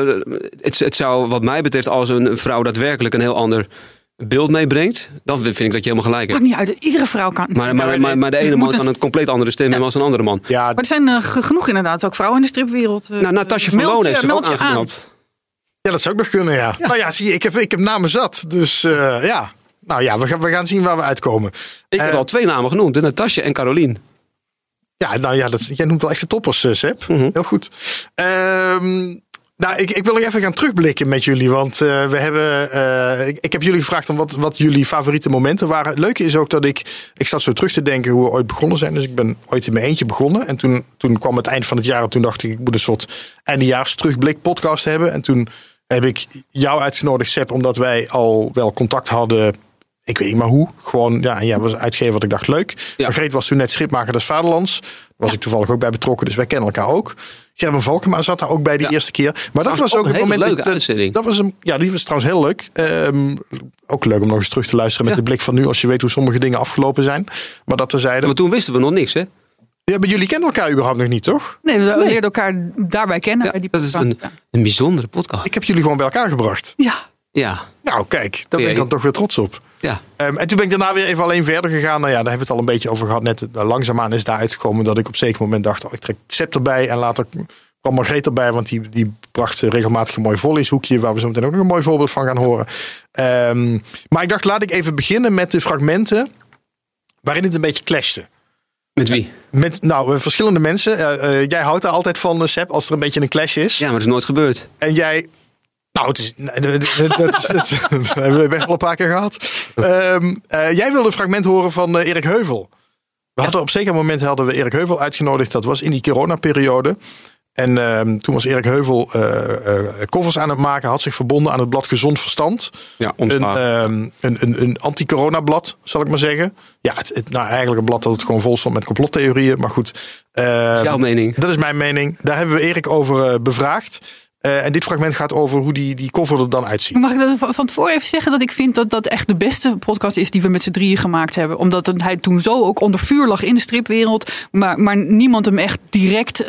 Het zou, wat mij betreft, als een vrouw daadwerkelijk een heel ander beeld meebrengt, dan vind ik dat je helemaal gelijk hebt. Maakt niet uit, iedere vrouw kan. Maar de ene man kan een compleet andere stem hebben als een andere man. Ja. Maar er zijn genoeg inderdaad ook vrouwen in de stripwereld. Natasja van Loon heeft zich ook aangemeld. Ja, dat zou ook nog kunnen, ja. Nou ja, zie je, ik heb namen zat. Dus ja. Nou ja, we gaan zien waar we uitkomen. Ik heb al 2 namen genoemd, de Natasja en Carolien. Ja, nou ja, jij noemt wel echt de toppers, Sepp. Mm-hmm. Heel goed. Nou, ik wil nog even gaan terugblikken met jullie. Want we hebben. Ik heb jullie gevraagd om wat jullie favoriete momenten waren. Het leuke is ook dat ik zat zo terug te denken hoe we ooit begonnen zijn. Dus ik ben ooit in mijn eentje begonnen. En toen kwam het eind van het jaar. En toen dacht ik moet een soort eindejaars terugblik podcast hebben. En toen heb ik jou uitgenodigd, Sepp, omdat wij al wel contact hadden. Ik weet niet maar hoe. Gewoon, ja, en jij was uitgever wat ik dacht leuk. Ja. Margreet was toen net Schipmaker des Vaderlands. Daar was ik toevallig ook bij betrokken. Dus wij kennen elkaar ook. Gerben Valkema zat daar ook bij de eerste keer. Maar dat was ook het moment. Leuke uitzending. Die was trouwens heel leuk. Ook leuk om nog eens terug te luisteren met de blik van nu. Als je weet hoe sommige dingen afgelopen zijn. Maar dat terzijde. Maar toen wisten we nog niks, hè? Ja, maar jullie kennen elkaar überhaupt nog niet, toch? Nee, we leerden elkaar daarbij kennen. Ja, bij die dat is podcast. een bijzondere podcast. Ik heb jullie gewoon bij elkaar gebracht. Ja. Nou, kijk, daar ben ik dan toch weer trots op. Ja. En toen ben ik daarna weer even alleen verder gegaan. Nou ja, daar hebben we het al een beetje over gehad. Net langzaamaan is daar uitgekomen dat ik op een zeker moment dacht... ik trek Sepp erbij en later kwam Margreet erbij. Want die bracht regelmatig een mooi volleyshoekje... waar we zo meteen ook nog een mooi voorbeeld van gaan horen. Maar ik dacht, laat ik even beginnen met de fragmenten... waarin het een beetje clashte. Met wie? Met verschillende mensen. Jij houdt daar altijd van, Sepp, als er een beetje een clash is. Ja, maar dat is nooit gebeurd. En jij... Nou, dat hebben we best wel een paar keer gehad. Jij wilde een fragment horen van Erik Heuvel. Op een zeker moment hadden we Erik Heuvel uitgenodigd. Dat was in die coronaperiode. En toen was Erik Heuvel covers aan het maken. Had zich verbonden aan het blad Gezond Verstand. Ja, een anti-corona-blad, zal ik maar zeggen. Ja, eigenlijk een blad dat het gewoon vol stond met complottheorieën. Maar goed. Jouw mening. Dat is mijn mening. Daar hebben we Erik over bevraagd. En dit fragment gaat over hoe die cover er dan uitziet. Mag ik dat van tevoren even zeggen dat ik vind dat dat echt de beste podcast is die we met z'n drieën gemaakt hebben. Omdat hij toen zo ook onder vuur lag in de stripwereld. Maar niemand hem echt direct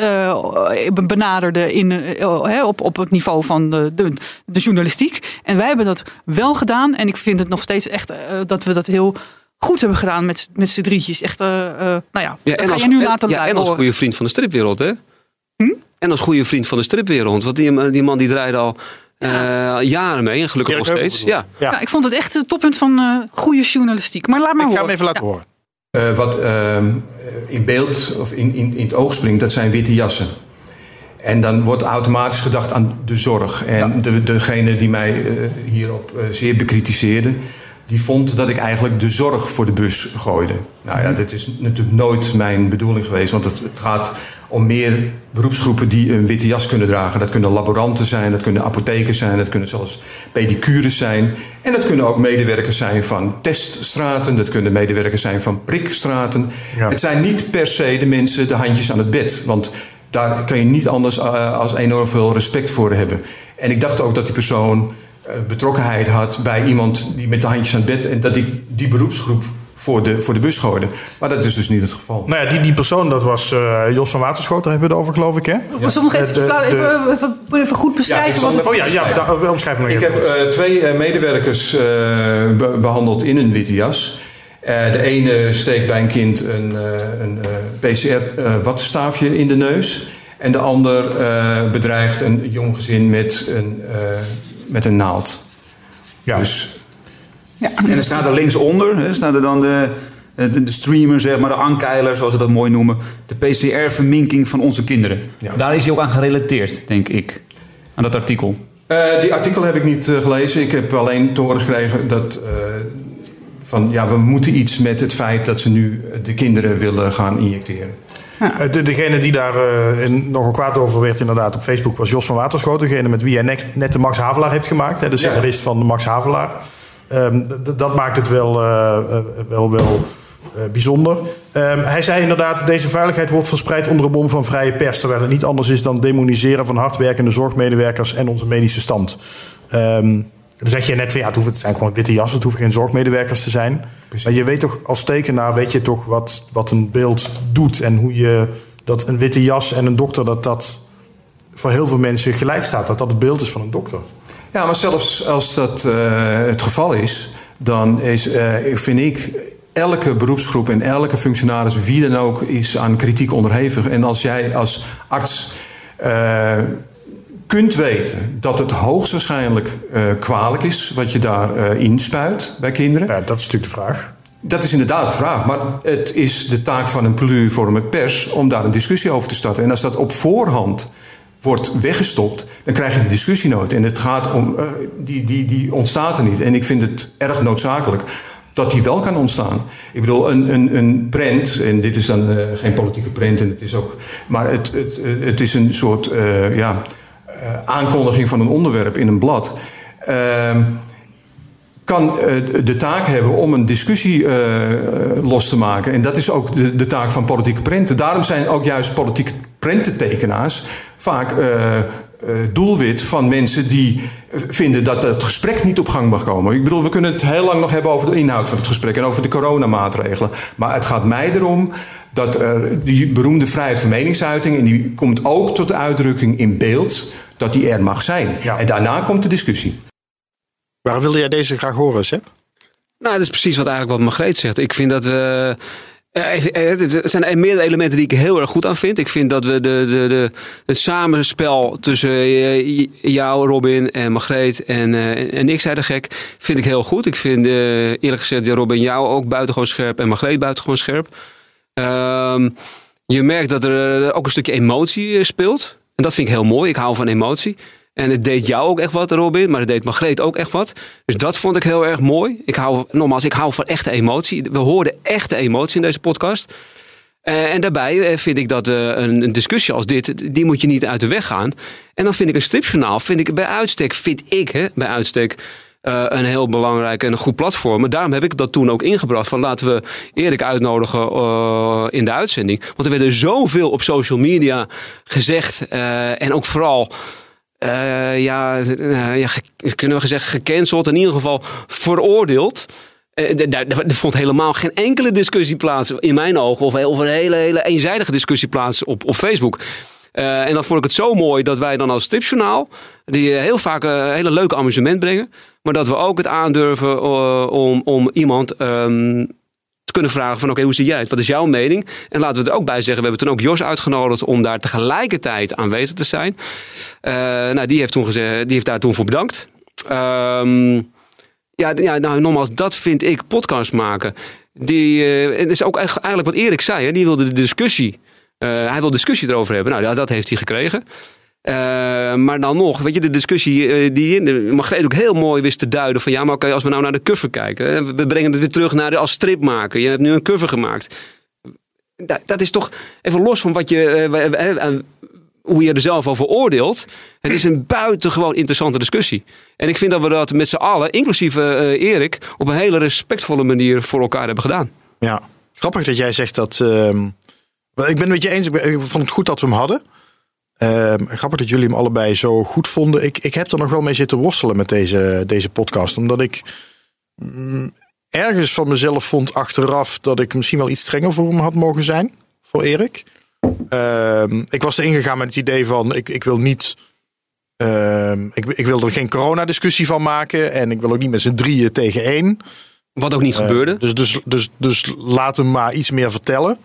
benaderde op het niveau van de journalistiek. En wij hebben dat wel gedaan. En ik vind het nog steeds echt dat we dat heel goed hebben gedaan met z'n drietjes. Echt, dat ga je nu laten en als goede vriend van de stripwereld, hè? En als goede vriend van de stripwereld. Want die man die draaide al jaren mee. En gelukkig nog steeds. Ja. Ik vond het echt het toppunt van goede journalistiek. Maar laat maar horen. Ik ga hem even laten horen. Wat in beeld of in het oog springt, dat zijn witte jassen. En dan wordt automatisch gedacht aan de zorg. En degene die mij hierop zeer bekritiseerde... die vond dat ik eigenlijk de zorg voor de bus gooide. Nou ja, dit is natuurlijk nooit mijn bedoeling geweest. Want het gaat om meer beroepsgroepen die een witte jas kunnen dragen. Dat kunnen laboranten zijn, dat kunnen apothekers zijn... dat kunnen zelfs pedicures zijn. En dat kunnen ook medewerkers zijn van teststraten. Dat kunnen medewerkers zijn van prikstraten. Ja. Het zijn niet per se de mensen de handjes aan het bed. Want daar kan je niet anders als enorm veel respect voor hebben. En ik dacht ook dat die persoon betrokkenheid had bij iemand die met de handjes aan het bed... en dat die beroepsgroep voor de bus gooide. Maar dat is dus niet het geval. Nou ja, die persoon, dat was Jos van Waterschoot, daar hebben we het over, geloof ik, hè? Ja. Nog even goed beschrijven. Omschrijf nog even. Ik heb 2 medewerkers behandeld in een witte jas. De ene steekt bij een kind een PCR-wattenstaafje in de neus. En de ander bedreigt een jong gezin met een naald. Ja. Dus... Ja, en dan staat er linksonder, staan er dan de streamer, zeg maar, de ankeiler, zoals ze dat mooi noemen. De PCR-verminking van onze kinderen. Ja. Daar is hij ook aan gerelateerd, denk ik, aan dat artikel. Die artikel heb ik niet gelezen. Ik heb alleen te horen gekregen dat... we moeten iets met het feit dat ze nu de kinderen willen gaan injecteren. Ja. Degene die daar nogal kwaad over werd inderdaad op Facebook was Jos van Waterschoot. Degene met wie hij net de Max Havelaar heeft gemaakt. De scenarist van de Max Havelaar. Dat maakt het wel bijzonder. Hij zei inderdaad, deze veiligheid wordt verspreid onder een bom van vrije pers. Terwijl het niet anders is dan demoniseren van hardwerkende zorgmedewerkers en onze medische stand. Dan zeg je net van het zijn gewoon witte jassen, het hoeven geen zorgmedewerkers te zijn. Precies. Maar je weet toch als tekenaar, weet je toch wat een beeld doet. En hoe je dat een witte jas en een dokter, dat voor heel veel mensen gelijk staat. Dat het beeld is van een dokter. Ja, maar zelfs als dat het geval is, dan vind ik elke beroepsgroep en elke functionaris, wie dan ook, is aan kritiek onderhevig. En als jij als arts kunt weten dat het hoogstwaarschijnlijk kwalijk is wat je daar inspuit bij kinderen. Ja, dat is natuurlijk de vraag. Dat is inderdaad de vraag. Maar het is de taak van een pluriforme pers om daar een discussie over te starten. En als dat op voorhand wordt weggestopt, dan krijg je die discussie nooit. En het gaat om, die ontstaat er niet. En ik vind het erg noodzakelijk dat die wel kan ontstaan. Ik bedoel, een prent, en dit is dan geen politieke prent, en het is ook, maar het is een soort aankondiging van een onderwerp in een blad. Kan de taak hebben om een discussie los te maken. En dat is ook de taak van politieke prenten. Daarom zijn ook juist politieke prententekenaars vaak doelwit van mensen die vinden dat het gesprek niet op gang mag komen. Ik bedoel, we kunnen het heel lang nog hebben over de inhoud van het gesprek en over de coronamaatregelen. Maar het gaat mij erom dat die beroemde vrijheid van meningsuiting, en die komt ook tot uitdrukking in beeld, dat die er mag zijn. Ja. En daarna komt de discussie. Waarom wilde jij deze graag horen, Sepp? Nou, dat is precies wat Margreet zegt. Ik vind dat we... Er zijn meerdere elementen die ik heel erg goed aan vind. Ik vind dat we het samenspel tussen jou, Robin en Margreet en ik, zei de gek, vind ik heel goed. Ik vind eerlijk gezegd Robin jou ook buitengewoon scherp en Margreet buitengewoon scherp. Je merkt dat er ook een stukje emotie speelt. En dat vind ik heel mooi. Ik hou van emotie. En het deed jou ook echt wat, Robin, maar het deed Margreet ook echt wat. Dus dat vond ik heel erg mooi. Ik hou van echte emotie. We hoorden echte emotie in deze podcast. En daarbij vind ik dat een discussie als dit, die moet je niet uit de weg gaan. En dan vind ik een stripjournaal, bij uitstek een heel belangrijk en een goed platform. En daarom heb ik dat toen ook ingebracht. Van laten we Erik uitnodigen in de uitzending. Want er werden zoveel op social media gezegd. En ook vooral... kunnen we zeggen gecanceld, in ieder geval veroordeeld. Er vond helemaal geen enkele discussie plaats in mijn ogen, of een hele eenzijdige discussie plaats op Facebook. En dan vond ik het zo mooi dat wij dan als stripjournaal, die heel vaak een hele leuke amusement brengen, maar dat we ook het aandurven om iemand te kunnen vragen van oké, hoe zie jij het? Wat is jouw mening? En laten we er ook bij zeggen, we hebben toen ook Jos uitgenodigd om daar tegelijkertijd aanwezig te zijn. Die heeft daar toen voor bedankt. Nogmaals, dat vind ik podcast maken. Het is ook eigenlijk wat Erik zei. Hè? Die wilde de discussie. Hij wil discussie erover hebben. Nou, dat heeft hij gekregen. Maar dan nog, weet je, de discussie die Margreet ook heel mooi wist te duiden van ja, maar oké, als we nou naar de cover kijken, we brengen het weer terug naar als stripmaker. Je hebt nu een cover gemaakt. Dat is toch even los van wat hoe je er zelf over oordeelt. Het is een buitengewoon interessante discussie. En ik vind dat we dat met z'n allen, inclusief Erik, op een hele respectvolle manier voor elkaar hebben gedaan. Ja, grappig dat jij zegt dat... ik ben het met je eens. Ik vond het goed dat we hem hadden. Grappig dat jullie hem allebei zo goed vonden. Ik heb er nog wel mee zitten worstelen met deze podcast. Omdat ik ergens van mezelf vond achteraf dat ik misschien wel iets strenger voor hem had mogen zijn. Voor Erik. Ik was erin gegaan met het idee van ik wil niet... Ik wil er geen coronadiscussie van maken. En ik wil ook niet met z'n 3 tegen 1. Wat ook niet gebeurde. Dus laat hem maar iets meer vertellen.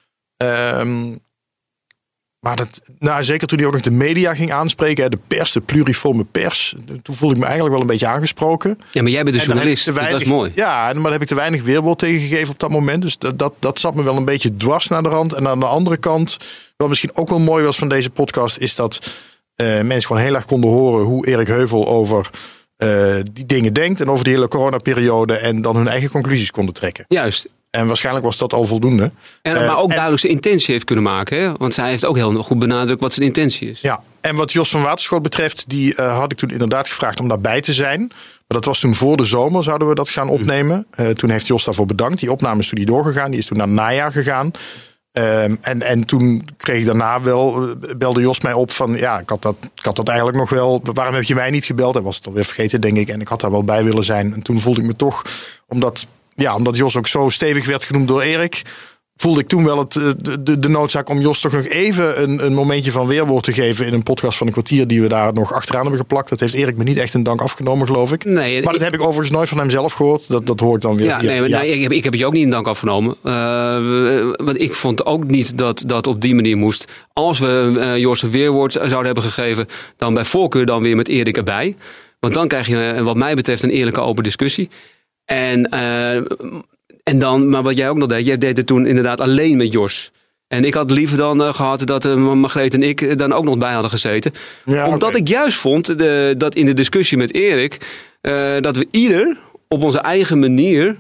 Maar zeker toen hij ook nog de media ging aanspreken. De pers, de pluriforme pers. Toen voelde ik me eigenlijk wel een beetje aangesproken. Ja, maar jij bent de journalist, dus dat is mooi. Ja, maar daar heb ik te weinig weerwoord tegen gegeven op dat moment. Dus dat zat me wel een beetje dwars naar de rand. En aan de andere kant, wat misschien ook wel mooi was van deze podcast, is dat mensen gewoon heel erg konden horen hoe Erik Heuvel over die dingen denkt. En over die hele coronaperiode. En dan hun eigen conclusies konden trekken. Juist. En waarschijnlijk was dat al voldoende. Maar ook duidelijk zijn intentie heeft kunnen maken. Hè? Want zij heeft ook heel goed benadrukt wat zijn intentie is. Ja, en wat Jos van Waterschoot betreft, die had ik toen inderdaad gevraagd om daarbij te zijn. Maar dat was toen voor de zomer, zouden we dat gaan opnemen. Toen heeft Jos daarvoor bedankt. Die opname is toen niet doorgegaan. Die is toen naar het najaar gegaan. En toen kreeg ik daarna belde Jos mij op van ja, ik had dat eigenlijk nog wel. Waarom heb je mij niet gebeld? Hij was het alweer vergeten, denk ik. En ik had daar wel bij willen zijn. En toen voelde ik me toch, omdat Jos ook zo stevig werd genoemd door Erik, voelde ik toen wel de noodzaak om Jos toch nog even een momentje van weerwoord te geven in een podcast van een kwartier die we daar nog achteraan hebben geplakt. Dat heeft Erik me niet echt een dank afgenomen, geloof ik. Nee, maar dat heb ik overigens nooit van hem zelf gehoord. Dat hoor ik dan weer. Ja, ik heb het je ook niet een dank afgenomen. Want ik vond ook niet dat op die manier moest. Als we Jos een weerwoord zouden hebben gegeven, dan bij voorkeur dan weer met Erik erbij. Want dan krijg je wat mij betreft een eerlijke open discussie. En dan, maar wat jij ook nog deed, jij deed het toen inderdaad alleen met Jos. En ik had liever dan gehad dat Margreet en ik dan ook nog bij hadden gezeten. Ja, omdat ik juist vond dat in de discussie met Erik, dat we ieder op onze eigen manier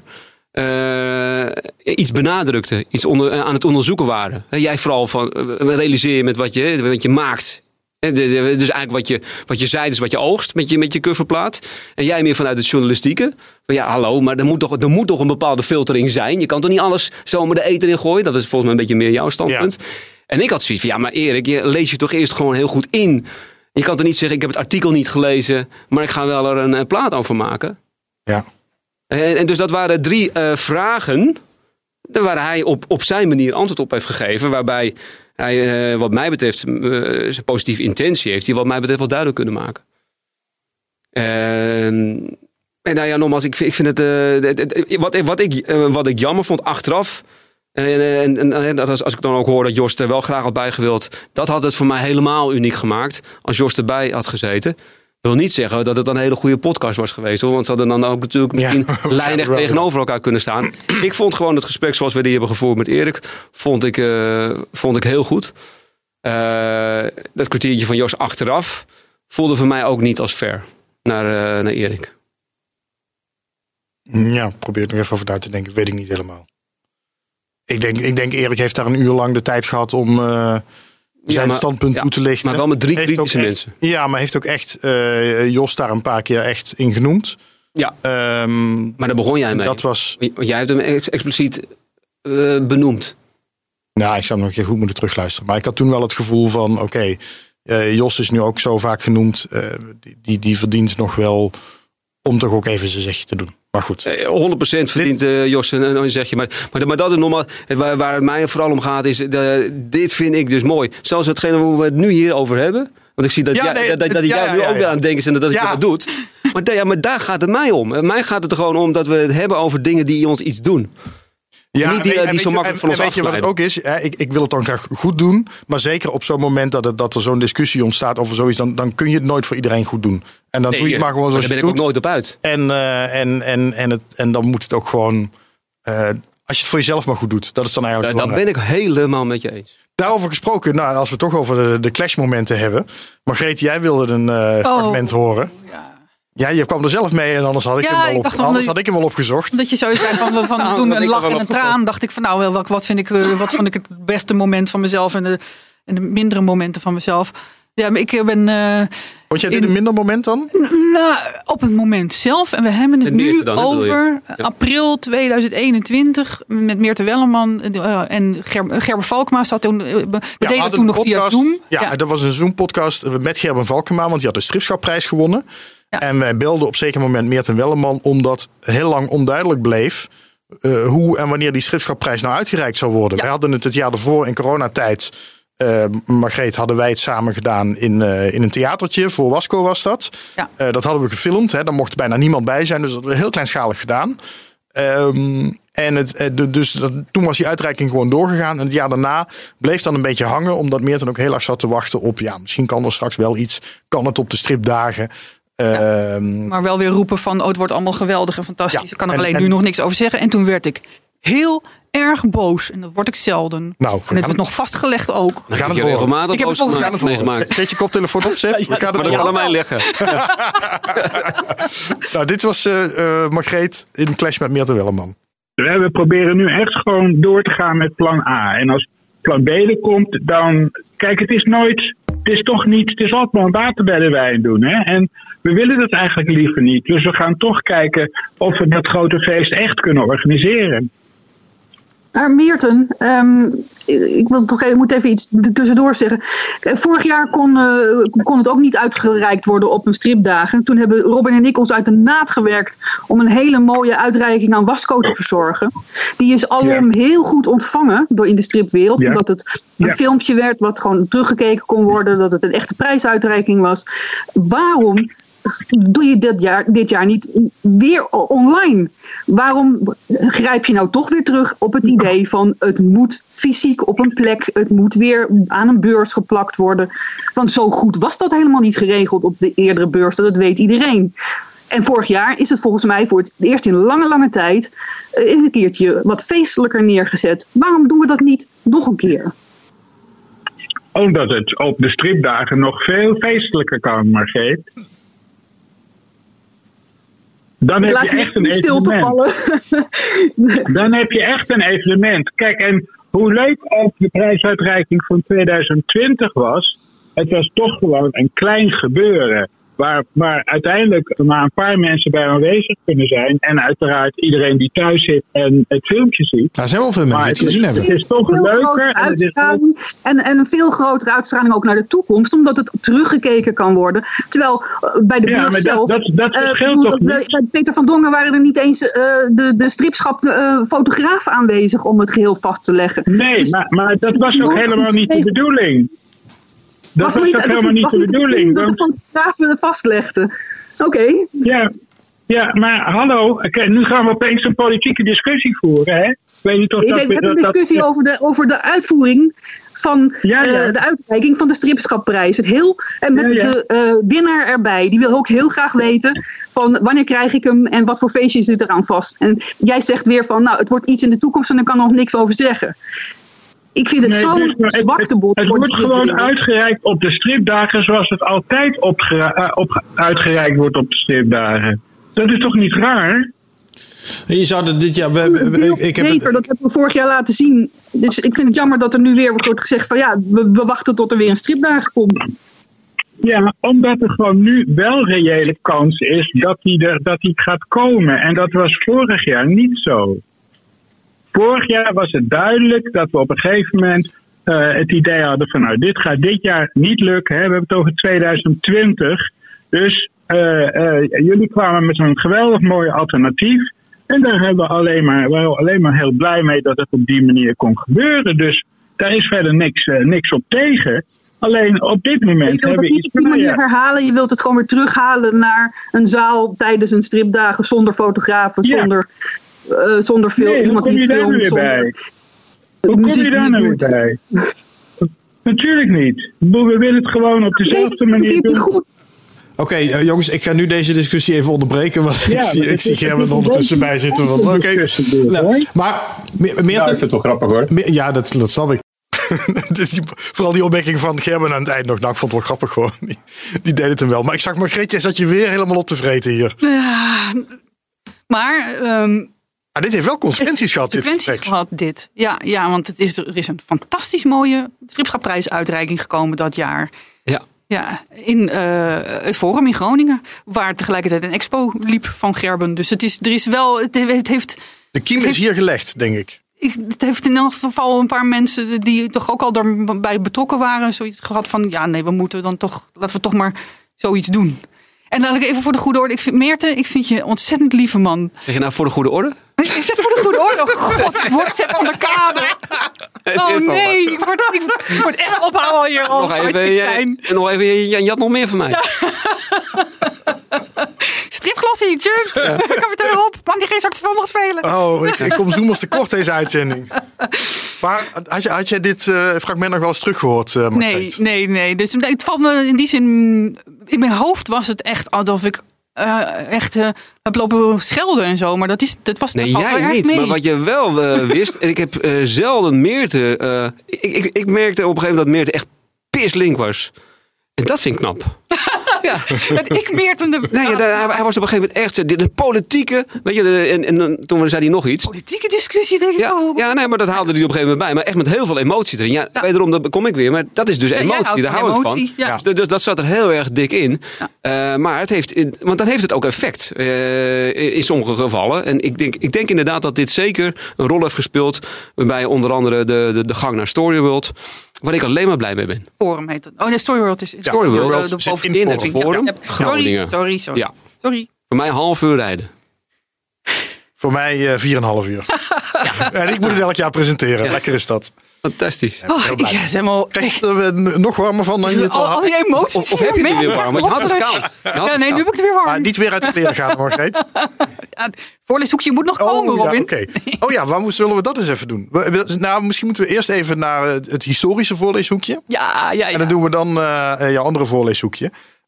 iets benadrukten. Iets aan het onderzoeken waren. Jij vooral van, realiseer je met wat je maakt. Dus eigenlijk wat je zei, is wat je oogst met je coverplaat. En jij meer vanuit het journalistieke. Ja, hallo, maar er moet toch een bepaalde filtering zijn. Je kan toch niet alles zomaar de eter in gooien? Dat is volgens mij een beetje meer jouw standpunt. Ja. En ik had zoiets van, ja, maar Erik, je lees je toch eerst gewoon heel goed in. Je kan toch niet zeggen, ik heb het artikel niet gelezen, maar ik ga wel er een plaat over maken. Ja. En dus dat waren 3 vragen waar hij op zijn manier antwoord op heeft gegeven. Waarbij hij, wat mij betreft, zijn positieve intentie heeft. Die wat mij betreft wel duidelijk kunnen maken. En nou ja, nogmaals, ik vind het... Wat ik jammer vond achteraf... En als ik dan ook hoor dat Jos er wel graag had bij gewild... dat had het voor mij helemaal uniek gemaakt als Jos erbij had gezeten. Ik wil niet zeggen dat het een hele goede podcast was geweest. Hoor, want ze hadden dan ook natuurlijk misschien lijnrecht tegenover elkaar kunnen staan. Ik vond gewoon het gesprek zoals we die hebben gevoerd met Erik... vond ik heel goed. Dat kwartiertje van Jos achteraf voelde voor mij ook niet als fair naar Erik. Ja, probeer er nog even over uit te denken. Weet ik niet helemaal. Ik denk Erik heeft daar een uur lang de tijd gehad om zijn standpunt toe te lichten. Maar wel met 3 kritische mensen. Ja, maar heeft ook echt Jos daar een paar keer echt in genoemd. Ja, maar daar begon jij mee. Dat was... Jij hebt hem expliciet benoemd. Nou, ik zou nog een keer goed moeten terugluisteren. Maar ik had toen wel het gevoel van, oké, Jos is nu ook zo vaak genoemd. Die verdient nog wel om toch ook even zijn zegje te doen. Maar goed. 100% verdient Jos een zegje. Maar dat is normaal. Waar het mij vooral om gaat is, dit vind ik dus mooi. Zelfs hetgene waar we het nu hier over hebben. Want ik zie dat jij nu ook weer aan het denken is en dat je dat doet. Maar daar gaat het mij om. Mij gaat het er gewoon om dat we het hebben over dingen die ons iets doen. Ja, niet die zo makkelijk van ons afglijden. Weet je wat het ook is? Ik wil het dan graag goed doen. Maar zeker op zo'n moment dat er zo'n discussie ontstaat over zoiets. Dan kun je het nooit voor iedereen goed doen. En dan doe je het maar gewoon zoals je het doet. Daar ben ik ook nooit op uit. En dan moet het ook gewoon... als je het voor jezelf maar goed doet. Dat is dan eigenlijk dat ben ik helemaal met je eens. Daarover gesproken, nou, als we het toch over de clashmomenten hebben. Margreet, jij wilde een fragment horen. Ja, je kwam er zelf mee en anders had ik hem wel opgezocht. Dat je zo zei van doen een lach en een traan. Dacht ik van nou, wat vond ik het beste moment van mezelf en de mindere momenten van mezelf. Ja, maar ik ben... Vond jij dit een minder moment dan? Nou, op het moment zelf. En we hebben het nu over april 2021 met Meerte Welleman en Gerben Valkema. We deden toen nog via Zoom. Ja, dat was een Zoom-podcast met Gerben Valkema, want die had de Stripschapprijs gewonnen. Ja. En wij belden op zeker moment Meerte Welleman, omdat heel lang onduidelijk bleef hoe en wanneer die Stripschapprijs nou uitgereikt zou worden. Ja. Wij hadden het jaar ervoor in coronatijd... Margreet, hadden wij het samen gedaan in een theatertje. Voor Wasco was dat. Ja. Dat hadden we gefilmd. Hè. Daar mocht bijna niemand bij zijn. Dus dat hebben we heel kleinschalig gedaan. Toen was die uitreiking gewoon doorgegaan. En het jaar daarna bleef dan een beetje hangen. Omdat Meerten ook heel erg zat te wachten op... ja, misschien kan er straks wel iets. Kan het op de stripdagen. Maar wel weer roepen van... het wordt allemaal geweldig en fantastisch. Ik kan er alleen nu nog niks over zeggen. En toen werd ik heel erg boos. En dat word ik zelden. Nou, en het is nog vastgelegd ook. We gaan het regelmatig ik heb het meegemaakt. Zet je koptelefoon op, Sepp. We gaan het aan mij leggen. Nou, dit was Margreet in Clash met Meerte Welleman. We proberen nu echt gewoon door te gaan met plan A. En als plan B er komt, dan... Kijk, het is altijd water bij de wijn doen. Hè? En we willen dat eigenlijk liever niet. Dus we gaan toch kijken of we dat grote feest echt kunnen organiseren. Maar Meerten, ik moet even iets tussendoor zeggen. Vorig jaar kon het ook niet uitgereikt worden op een stripdagen. Toen hebben Robin en ik ons uit de naad gewerkt om een hele mooie uitreiking aan Wasco te verzorgen. Die is alom heel goed ontvangen door in de stripwereld. Ja. Omdat het een filmpje werd wat gewoon teruggekeken kon worden. Dat het een echte prijsuitreiking was. Waarom doe je dit jaar niet weer online? Waarom grijp je nou toch weer terug op het idee van het moet fysiek op een plek, het moet weer aan een beurs geplakt worden? Want zo goed was dat helemaal niet geregeld op de eerdere beurs, dat weet iedereen. En vorig jaar is het volgens mij voor het eerst in lange tijd een keertje wat feestelijker neergezet. Waarom doen we dat niet nog een keer? Omdat het op de stripdagen nog veel feestelijker kan, Margreet. Dan heb je echt een evenement. Dan heb je echt een evenement. Kijk, en hoe leuk ook de prijsuitreiking van 2020 was, het was toch gewoon een klein gebeuren. Waar uiteindelijk maar een paar mensen bij aanwezig kunnen zijn. En uiteraard iedereen die thuis zit en het filmpje ziet. Er zijn wel veel mensen die het gezien hebben. Het is toch leuker. En een veel grotere uitstraling ook naar de toekomst. Omdat het teruggekeken kan worden. Terwijl bij de beurs zelf... Dat verschilt toch niet? Bij Peter van Dongen waren er niet eens de stripschapfotografen aanwezig om het geheel vast te leggen. Nee, dus, maar dat was ook helemaal niet de bedoeling. Dat was ook helemaal niet de bedoeling. Dat de fotografen het vastlegden. Oké. Ja, maar hallo. Nu gaan we opeens een politieke discussie voeren, hè? Weet je toch we hebben een discussie over de uitvoering van de uitreiking van de stripschapprijs. Het heel, en met de winnaar erbij. Die wil ook heel graag weten van wanneer krijg ik hem en wat voor feestje zit eraan vast. En jij zegt weer van het wordt iets in de toekomst en daar kan nog niks over zeggen. Ik vind het zo'n zwaktebod. Het wordt gewoon uitgereikt op de stripdagen zoals het altijd uitgereikt wordt op de stripdagen. Dat is toch niet raar? Je zou dit jaar... dat hebben we vorig jaar laten zien. Dus ik vind het jammer dat er nu weer wordt gezegd van we wachten tot er weer een stripdagen komt. Ja, omdat er gewoon nu wel reële kans is dat die gaat komen. En dat was vorig jaar niet zo. Vorig jaar was het duidelijk dat we op een gegeven moment het idee hadden van dit gaat dit jaar niet lukken. Hè? We hebben het over 2020. Dus jullie kwamen met zo'n geweldig mooi alternatief. En daar waren we alleen maar heel blij mee dat het op die manier kon gebeuren. Dus daar is verder niks op tegen. Alleen op dit moment hebben we iets... Je wilt het niet op die manier herhalen. Je wilt het gewoon weer terughalen naar een zaal tijdens een stripdagen zonder fotografen, zonder film. Iemand die filmt. Hoe kom je daar nou weer bij? Natuurlijk niet. We willen het gewoon op dezelfde manier doen. Oké, jongens, ik ga nu deze discussie even onderbreken. Want ik zie Gerben ondertussen bij zitten. Maar Meerten... ik vind het wel grappig hoor. Ja, dat snap ik. Dus vooral die opmerking van Gerben aan het eind nog. Nou, ik vond het wel grappig gewoon. Die deed het hem wel. Maar ik zag Margreet, jij zat je weer helemaal op te vreten hier. Ja, maar... dit heeft wel consequenties gehad, dit. Ja, want er is een fantastisch mooie stripschapprijsuitreiking gekomen dat jaar. Ja, in het Forum in Groningen, waar tegelijkertijd een expo liep van Gerben. Dus het heeft... De kiem is hier gelegd, denk ik. Het heeft in elk geval een paar mensen die toch ook al daarbij betrokken waren, zoiets gehad van, laten we toch maar zoiets doen. En dan even voor de goede orde. Meerten, ik vind je een ontzettend lieve man. Zeg je nou voor de goede orde? Ik zeg voor de goede orde. Oh god, ik word zet aan de kade. Oh nee, ik word echt ophouden hier. Nog even, je had nog meer van mij. Ja. Stripklassietje. Kom het erop. Man die geen saxofoon mag spelen. Oh, ik kom zoemers te kort deze uitzending. Maar had jij dit fragment nog wel eens teruggehoord? Nee. Dus het valt me in die zin... In mijn hoofd was het echt alsof ik heb lopen schelden en zo. Maar dat was... Nee, dat jij niet. Mee. Maar wat je wel wist... En ik heb zelden Meerten... Ik merkte op een gegeven moment dat Meerten echt pislink was. En dat vind ik knap. Ja, dat ik Meerten... hij was op een gegeven moment echt... De politieke... Weet je, en toen zei hij nog iets. Politieke discussie, denk ik ook. Ja, nee, maar dat haalde hij op een gegeven moment bij. Maar echt met heel veel emotie erin. Ja, wederom, daar kom ik weer. Maar dat is dus emotie. Daar hou ik van. Ja. Dus dat zat er heel erg dik in. Ja. Maar het heeft... Want dan heeft het ook effect. In sommige gevallen. En ik denk inderdaad dat dit zeker een rol heeft gespeeld. Bij onder andere de gang naar Storyworld. Waar ik alleen maar blij mee ben. Forum heet het. Oh nee, Storyworld is... Storyworld zit in het Forum. Groningen. Sorry. Ja. Sorry. Voor mij 1,5 uur rijden. Voor mij 4,5 uur. En ik moet het elk jaar presenteren. Lekker is dat. Fantastisch. Krijg je er nog warmer van dan je het al had? Al die emoties. Of heb je het weer warm? Want je had het koud. Nu heb ik het weer warm. Maar niet weer uit de kleren gaan, Margreet. Voorleeshoekje moet nog komen, Robin. Okay. Waar zullen we dat eens even doen? Nou, misschien moeten we eerst even naar het historische voorleeshoekje. Ja. En dan doen we dan jouw andere voorleeshoekje.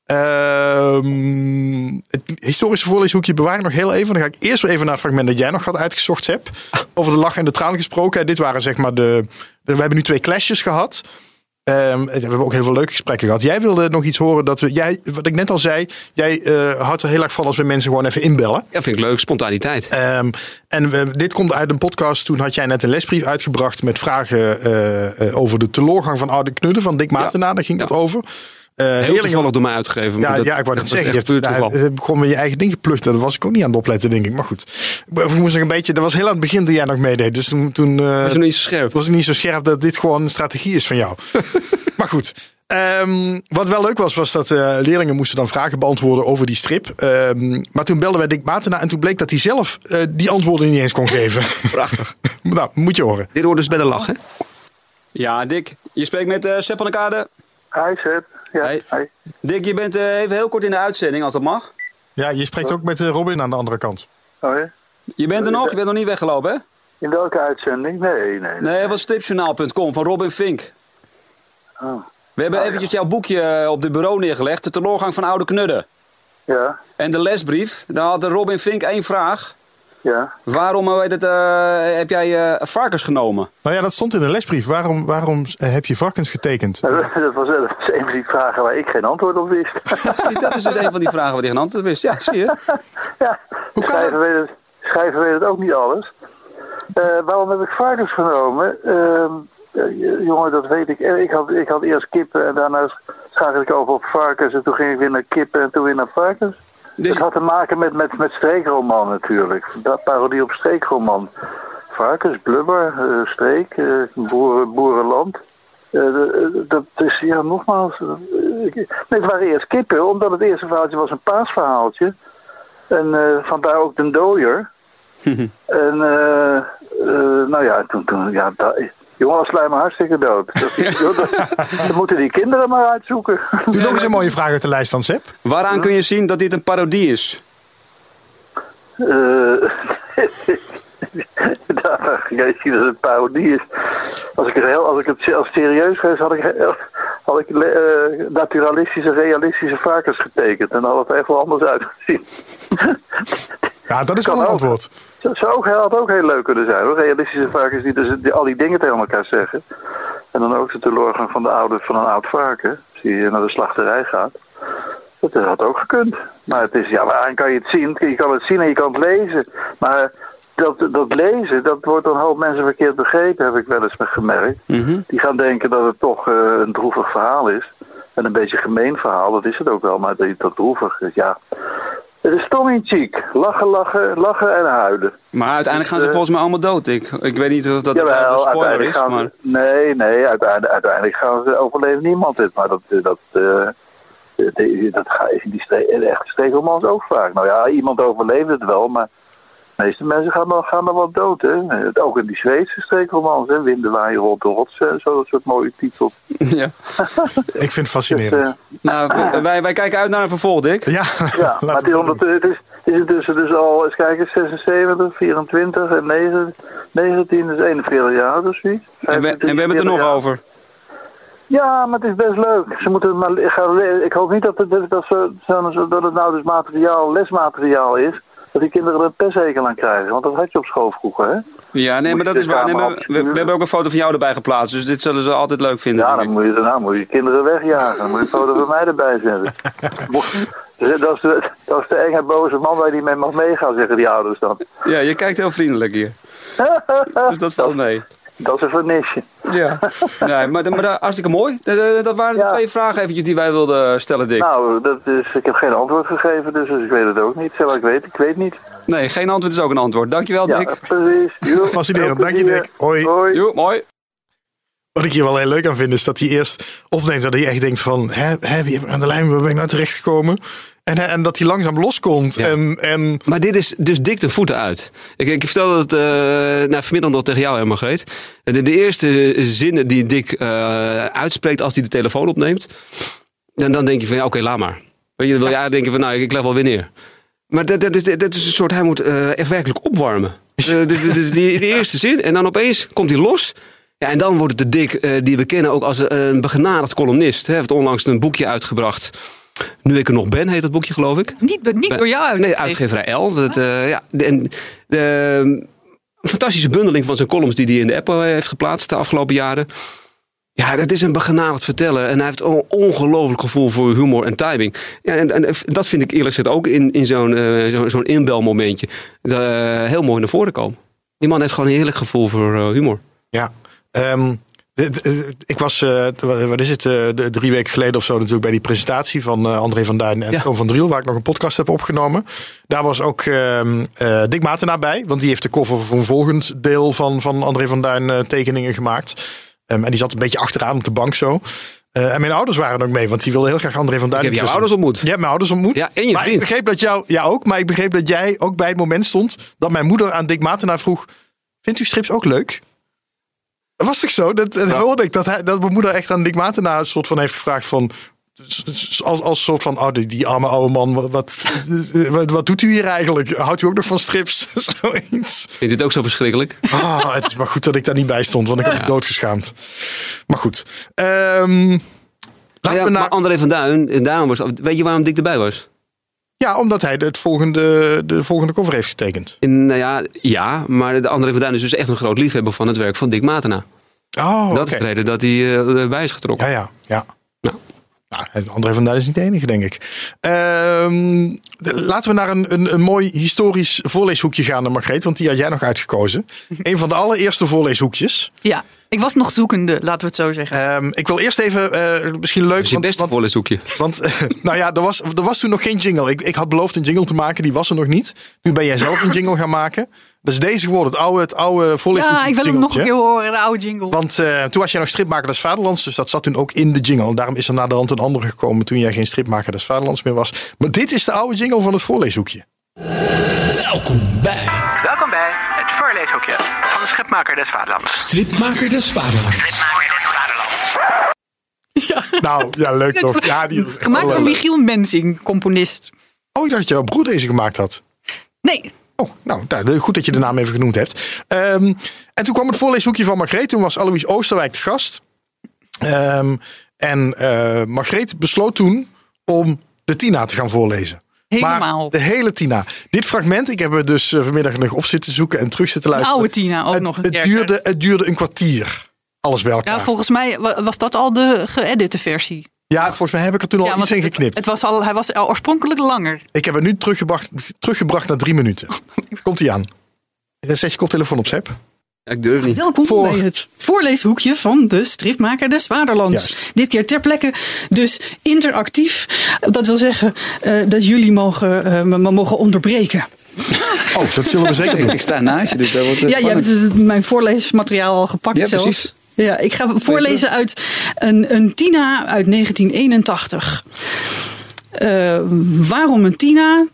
Het historische voorleeshoekje bewaar ik nog heel even. Dan ga ik eerst weer even naar het fragment dat jij nog had uitgezocht hebt. Over de lach en de traan gesproken. Dit waren zeg maar we hebben nu 2 clashes gehad. We hebben ook heel veel leuke gesprekken gehad. Jij wilde nog iets horen wat ik net al zei. Jij houdt er heel erg van als we mensen gewoon even inbellen. Ja, vind ik leuk. Spontaniteit. Dit komt uit een podcast. Toen had jij net een lesbrief uitgebracht met vragen over de teloorgang van Oude Knudden van Dick Matena. Daar ging het over. Heel toevallig door mij uitgegeven. Ja, ik wou net zeggen. Je hebt gewoon met je eigen ding geplukt. Daar was ik ook niet aan het opletten, denk ik. Maar goed. Ik moest nog een beetje... Dat was heel aan het begin toen jij nog meedeed. Dus toen was het niet zo scherp. Was het niet zo scherp dat dit gewoon een strategie is van jou. Maar goed. Wat wel leuk was dat leerlingen moesten dan vragen beantwoorden over die strip. Maar toen belden wij Dick Matena en toen bleek dat hij zelf die antwoorden niet eens kon geven. Prachtig. Nou, moet je horen. Dit hoort dus bij de lach, hè? Ja, Dick, je spreekt met Sepp van der Kade. Hi, Sepp. Ja, Hey. hi. Dick, je bent even heel kort in de uitzending, als dat mag. Ja, je spreekt ook met Robin aan de andere kant. Oh, ja? Je bent er nog? Je bent nog niet weggelopen, hè? In welke uitzending? Nee. Nee, van stripjournaal.com, van Robin Fink. Oh. We hebben eventjes jouw boekje op de bureau neergelegd. De teloorgang van oude knudden. Ja, En de lesbrief. Daar had Robin Fink 1 vraag. ja. Waarom heb jij varkens genomen? Nou ja, dat stond in de lesbrief. Waarom heb je varkens getekend? Dat was een van die vragen waar ik geen antwoord op wist. Dat is dus een van die vragen waar hij geen antwoord wist. Ja, zie je? Ja, schrijven weet het ook niet alles. Waarom heb ik varkens genomen? Jongen, dat weet ik. Ik had eerst kippen en daarna schakelde ik over op varkens. En toen ging ik weer naar kippen en toen weer naar varkens. Dus... Het had te maken met streekroman natuurlijk. Dat parodie op streekroman. Varkens, blubber, streek, boerenland. Dat is, ja, nogmaals... Nee, het waren eerst kippen, omdat het eerste verhaaltje was een paasverhaaltje. En vandaar ook den dooier. En nou ja, toen ja... Jongen, als slijm me hartstikke dood. Dat moeten die kinderen maar uitzoeken. Doe nog eens een mooie vraag uit de lijst dan, Sepp. Waaraan kun je zien dat dit een parodie is? Daar ga je zien dat het een parodie is. Als ik het serieus geef, had ik naturalistische, realistische varkens getekend. En dan had het echt wel anders uitgezien. Ja, dat is wel een antwoord. Had ook heel leuk kunnen zijn, hoor. Realistische varkens die al die dingen tegen elkaar zeggen. En dan ook de teleurgang van een oud varken. Als je naar de slachterij gaat. Dat had ook gekund. Maar het is, ja, waaraan kan je het zien? Je kan het zien en je kan het lezen. Maar dat lezen, dat wordt door een hoop mensen verkeerd begrepen, heb ik wel eens gemerkt. Mm-hmm. Die gaan denken dat het toch een droevig verhaal is. En een beetje gemeen verhaal, dat is het ook wel. Maar dat droevig is, ja... Het is toch niet chic. Lachen en huilen. Maar uiteindelijk gaan ze volgens mij allemaal dood, Dick. Ik weet niet of dat een spoiler is. Maar... Nee, uiteindelijk gaan ze overleven niemand dit. Maar dat ga je in de echte streekromans ook vaak. Nou ja, iemand overleeft het wel, maar de meeste mensen gaan er wel dood. Hè? Ook in die Zweedse streekromans, hè? Winden waaien rond de rotsen, zo dat soort mooie titels. Ja. Ik vind het fascinerend. Nou, wij kijken uit naar een vervolg, Dick. Ja, maar het is dus al, eens kijken, 76, 24 en 19, dus 41 jaar of zoiets. En we hebben het er nog over. Ja, maar het is best leuk. Ze moeten maar gaan leren. Ik hoop niet dat het nou dus lesmateriaal is. Dat die kinderen er een pesthekel aan krijgen. Want dat had je op school vroeger, hè? Ja, nee, maar dat is waar. Nee, we hebben ook een foto van jou erbij geplaatst. Dus dit zullen ze altijd leuk vinden. Ja, dan moet je kinderen wegjagen. Dan moet je een foto van mij erbij zetten. Dat is de enge boze man waar je niet mee mag meegaan, zeggen die ouders dan. Ja, je kijkt heel vriendelijk hier. Dus dat valt mee. Dat is een vernisje. Ja, nee, maar hartstikke mooi. Dat waren de 2 vragen eventjes die wij wilden stellen, Dick. Nou, ik heb geen antwoord gegeven, dus ik weet het ook niet. Ik weet niet. Nee, geen antwoord is ook een antwoord. Dankjewel, Dick. Ja, precies. Fascinerend. Dank je, Dick. Hoi. Jo, mooi. Wat ik hier wel heel leuk aan vind, is dat hij eerst opneemt dat hij echt denkt van, wie heb ik aan de lijn, waar ben ik nou terechtgekomen? En dat hij langzaam loskomt. Ja. Maar dit is dus dik de voeten uit. Ik vertelde het vanmiddag nog tegen jou, Margreet. De eerste zinnen die Dick uitspreekt als hij de telefoon opneemt. Dan denk je van, ja, oké, laat maar. Weet je, dan wil je denken van, nou, ik leg wel weer neer. Maar dat is een soort, hij moet echt werkelijk opwarmen. Dus die eerste zin. En dan opeens komt hij los. Ja, en dan wordt het de Dick die we kennen ook als een begenadigd columnist. Hij heeft onlangs een boekje uitgebracht. Nu ik er nog ben, heet dat boekje, geloof ik. Niet door jou uit. Nee, uitgeverij L. Een fantastische bundeling van zijn columns die hij in de app heeft geplaatst de afgelopen jaren. Ja, dat is een begenadigd verteller. En hij heeft een ongelooflijk gevoel voor humor en timing. Ja, en dat vind ik eerlijk gezegd ook in zo'n inbelmomentje. Heel mooi naar voren komen. Die man heeft gewoon een heerlijk gevoel voor humor. Ja, Ik was, 3 weken geleden of zo natuurlijk bij die presentatie van André van Duin en Toon van Driel, waar ik nog een podcast heb opgenomen. Daar was ook Dick Matena bij, want die heeft de cover voor een volgend deel van André van Duin tekeningen gemaakt. En die zat een beetje achteraan op de bank zo. En mijn ouders waren ook mee, want die wilden heel graag André van Duin. Ik heb jouw ouders ontmoet. Je hebt mijn ouders ontmoet. Ja, en je vriend. Ik begreep dat maar ik begreep dat jij ook bij het moment stond dat mijn moeder aan Dick Matena vroeg: vindt u strips ook leuk? Dat was toch zo? Dat hoorde ik. Dat mijn moeder echt aan Dick Matena een soort van heeft gevraagd van, als soort van, die arme oude man, wat doet u hier eigenlijk? Houdt u ook nog van strips? Zoiets. Vindt u het ook zo verschrikkelijk? Het is maar goed dat ik daar niet bij stond, want ik heb me doodgeschaamd. Maar goed. Maar André van Duin, en daarom weet je waarom Dick erbij was? Ja, omdat hij de volgende cover heeft getekend. Ja, maar de André van Duin is dus echt een groot liefhebber van het werk van Dick Matena. Dat is de reden dat hij erbij is getrokken. Ja. André van Duin is niet de enige, denk ik. Laten we naar een mooi historisch voorleeshoekje gaan, Margreet. Want die had jij nog uitgekozen. Een van de allereerste voorleeshoekjes. Ja, ik was nog zoekende, laten we het zo zeggen. Ik wil eerst even, misschien leuk. Dat is je beste voorleeshoekje. Want er was toen nog geen jingle. Ik had beloofd een jingle te maken, die was er nog niet. Nu ben jij zelf een jingle gaan maken. Dat is deze geworden, het oude voorleeshoekje. Ja, ik wil hem nog een keer horen, de oude jingle. Want toen was jij nog stripmaker des Vaderlands, dus dat zat toen ook in de jingle. En daarom is er na de hand een andere gekomen toen jij geen stripmaker des Vaderlands meer was. Maar dit is de oude jingle van het voorleeshoekje. Welkom bij het voorleeshoekje van de Stripmaker des Vaderlands. Stripmaker des Vaderlands. Ja. Nou, ja, leuk toch? Ja, die was gemaakt door Michiel Mensing, componist. Oh, ik dacht dat jouw broer deze gemaakt had. Nee. Oh, nou, goed dat je de naam even genoemd hebt. En toen kwam het voorleeshoekje van Margreet. Toen was Alois Oosterwijk de gast. Margreet besloot toen om de Tina te gaan voorlezen. Helemaal. Maar de hele Tina. Dit fragment, ik heb er dus vanmiddag nog op zitten zoeken en terug zitten luisteren. De oude Tina ook nog een keer. Het duurde een kwartier. Alles bij elkaar. Ja, volgens mij was dat al de geëdite versie. Ja, volgens mij heb ik er toen al iets in geknipt. Hij was al oorspronkelijk langer. Ik heb het nu teruggebracht naar 3 minuten. Komt hij aan. Zet je koptelefoon op, Sepp. Ja, ik durf niet. Welkom bij het voorleeshoekje van de Stripmaker des Vaderlands. Juist. Dit keer ter plekke, dus interactief. Dat wil zeggen dat jullie mogen onderbreken. Oh, dat zullen we zeker doen. Ik sta naast je, dus dat wordt je hebt mijn voorleesmateriaal al gepakt. Ja, zelfs. Precies. Ja, ik ga voorlezen uit een Tina uit 1981. Waarom een Tina?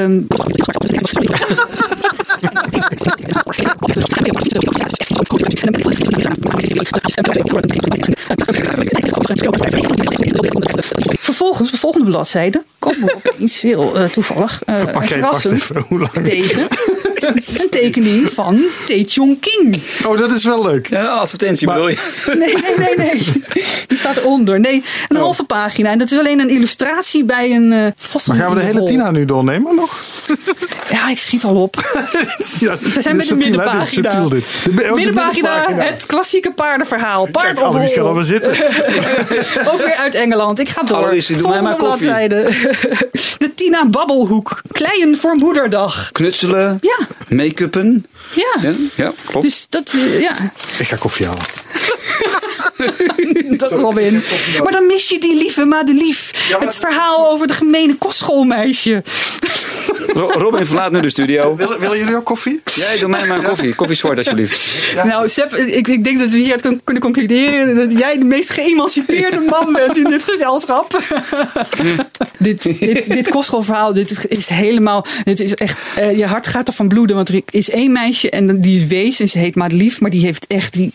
Vervolgens, de volgende bladzijde, komen we opeens heel toevallig verrassend tegen een tekening van Tae-Chong King. Oh, dat is wel leuk. Ja, advertentie bedoel je? Nee. Die staat eronder. Nee, een halve pagina. En dat is alleen een illustratie bij een vast. Maar gaan we de hele Tina nu doornemen nog? Ja, ik schiet al op. We zijn met de middenpagina. Middenpagina, het klassieke paardenverhaal. Kijk, Alois gaat alweer zitten. Ook weer uit Engeland. Ik ga door. Alois, doe mij maar koffie. Bladzijde. De Tina Babbelhoek. Kleien voor moederdag. Knutselen. Ja. Make-uppen. Ja, klopt. Dus dat, Ik ga koffie halen. Dat Robin. Maar dan mis je die lieve Madelief. Ja, het verhaal over de gemene kostschoolmeisje. Robin verlaat nu de studio. Willen jullie ook koffie? Jij, doe mij maar een koffie. Koffie zwart alsjeblieft. Ja. Nou, Sepp, ik denk dat we hieruit kunnen concluderen dat jij de meest geëmancipeerde man bent in dit gezelschap. Dit kostschoolverhaal, dit is helemaal, dit is echt, je hart gaat ervan bloeden, want er is 1 meisje en die is wees en ze heet Madelief, maar die heeft echt die...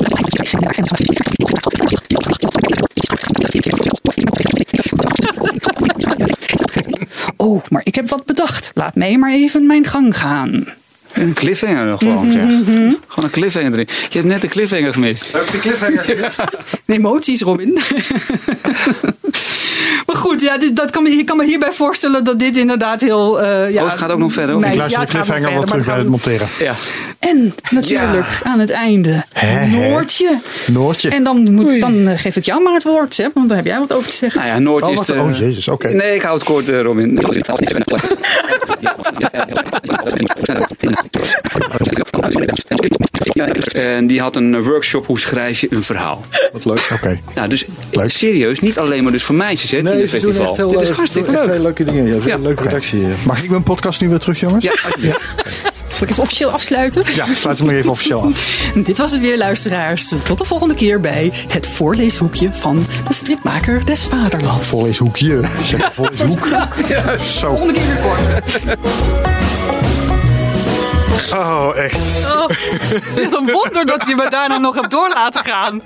Oh, maar ik heb wat bedacht. Laat mij maar even mijn gang gaan. Een cliffhanger gewoon, zeg. Gewoon een cliffhanger erin. Je hebt net de cliffhanger gemist. Heb ik de cliffhanger gemist? Emoties, Robin. Maar goed, ja, dus ik kan me hierbij voorstellen dat dit inderdaad heel... het gaat ook nog verder. Ik luister de cliffhanger wel terug bij het monteren. Ja. En natuurlijk aan het einde Noortje. En dan geef ik jou maar het woord, Sepp, want daar heb jij wat over te zeggen. Nou ja, Noortje is... jezus, oké. Nee, ik hou het kort, Robin. En die had een workshop, hoe schrijf je een verhaal. Wat leuk. Oké. Nou, dus serieus, niet alleen maar dus voor meisjes, hè, nee, festival. Dit is hartstikke leuk. Heel leuke dingen. Je hebt een leuke redactie. Mag ik mijn podcast nu weer terug, jongens? Ja, alsjeblieft. Zal ik even officieel afsluiten? Ja, sluit hem nog even officieel af. Dit was het weer, luisteraars. Tot de volgende keer bij het voorleeshoekje van de stripmaker des Vaderlands. Voorleeshoekje. Zeg, voorleeshoek. Ja, zo. Volgende keer weer kort. Oh, echt. Oh, het is een wonder dat je me daarna nog hebt door laten gaan.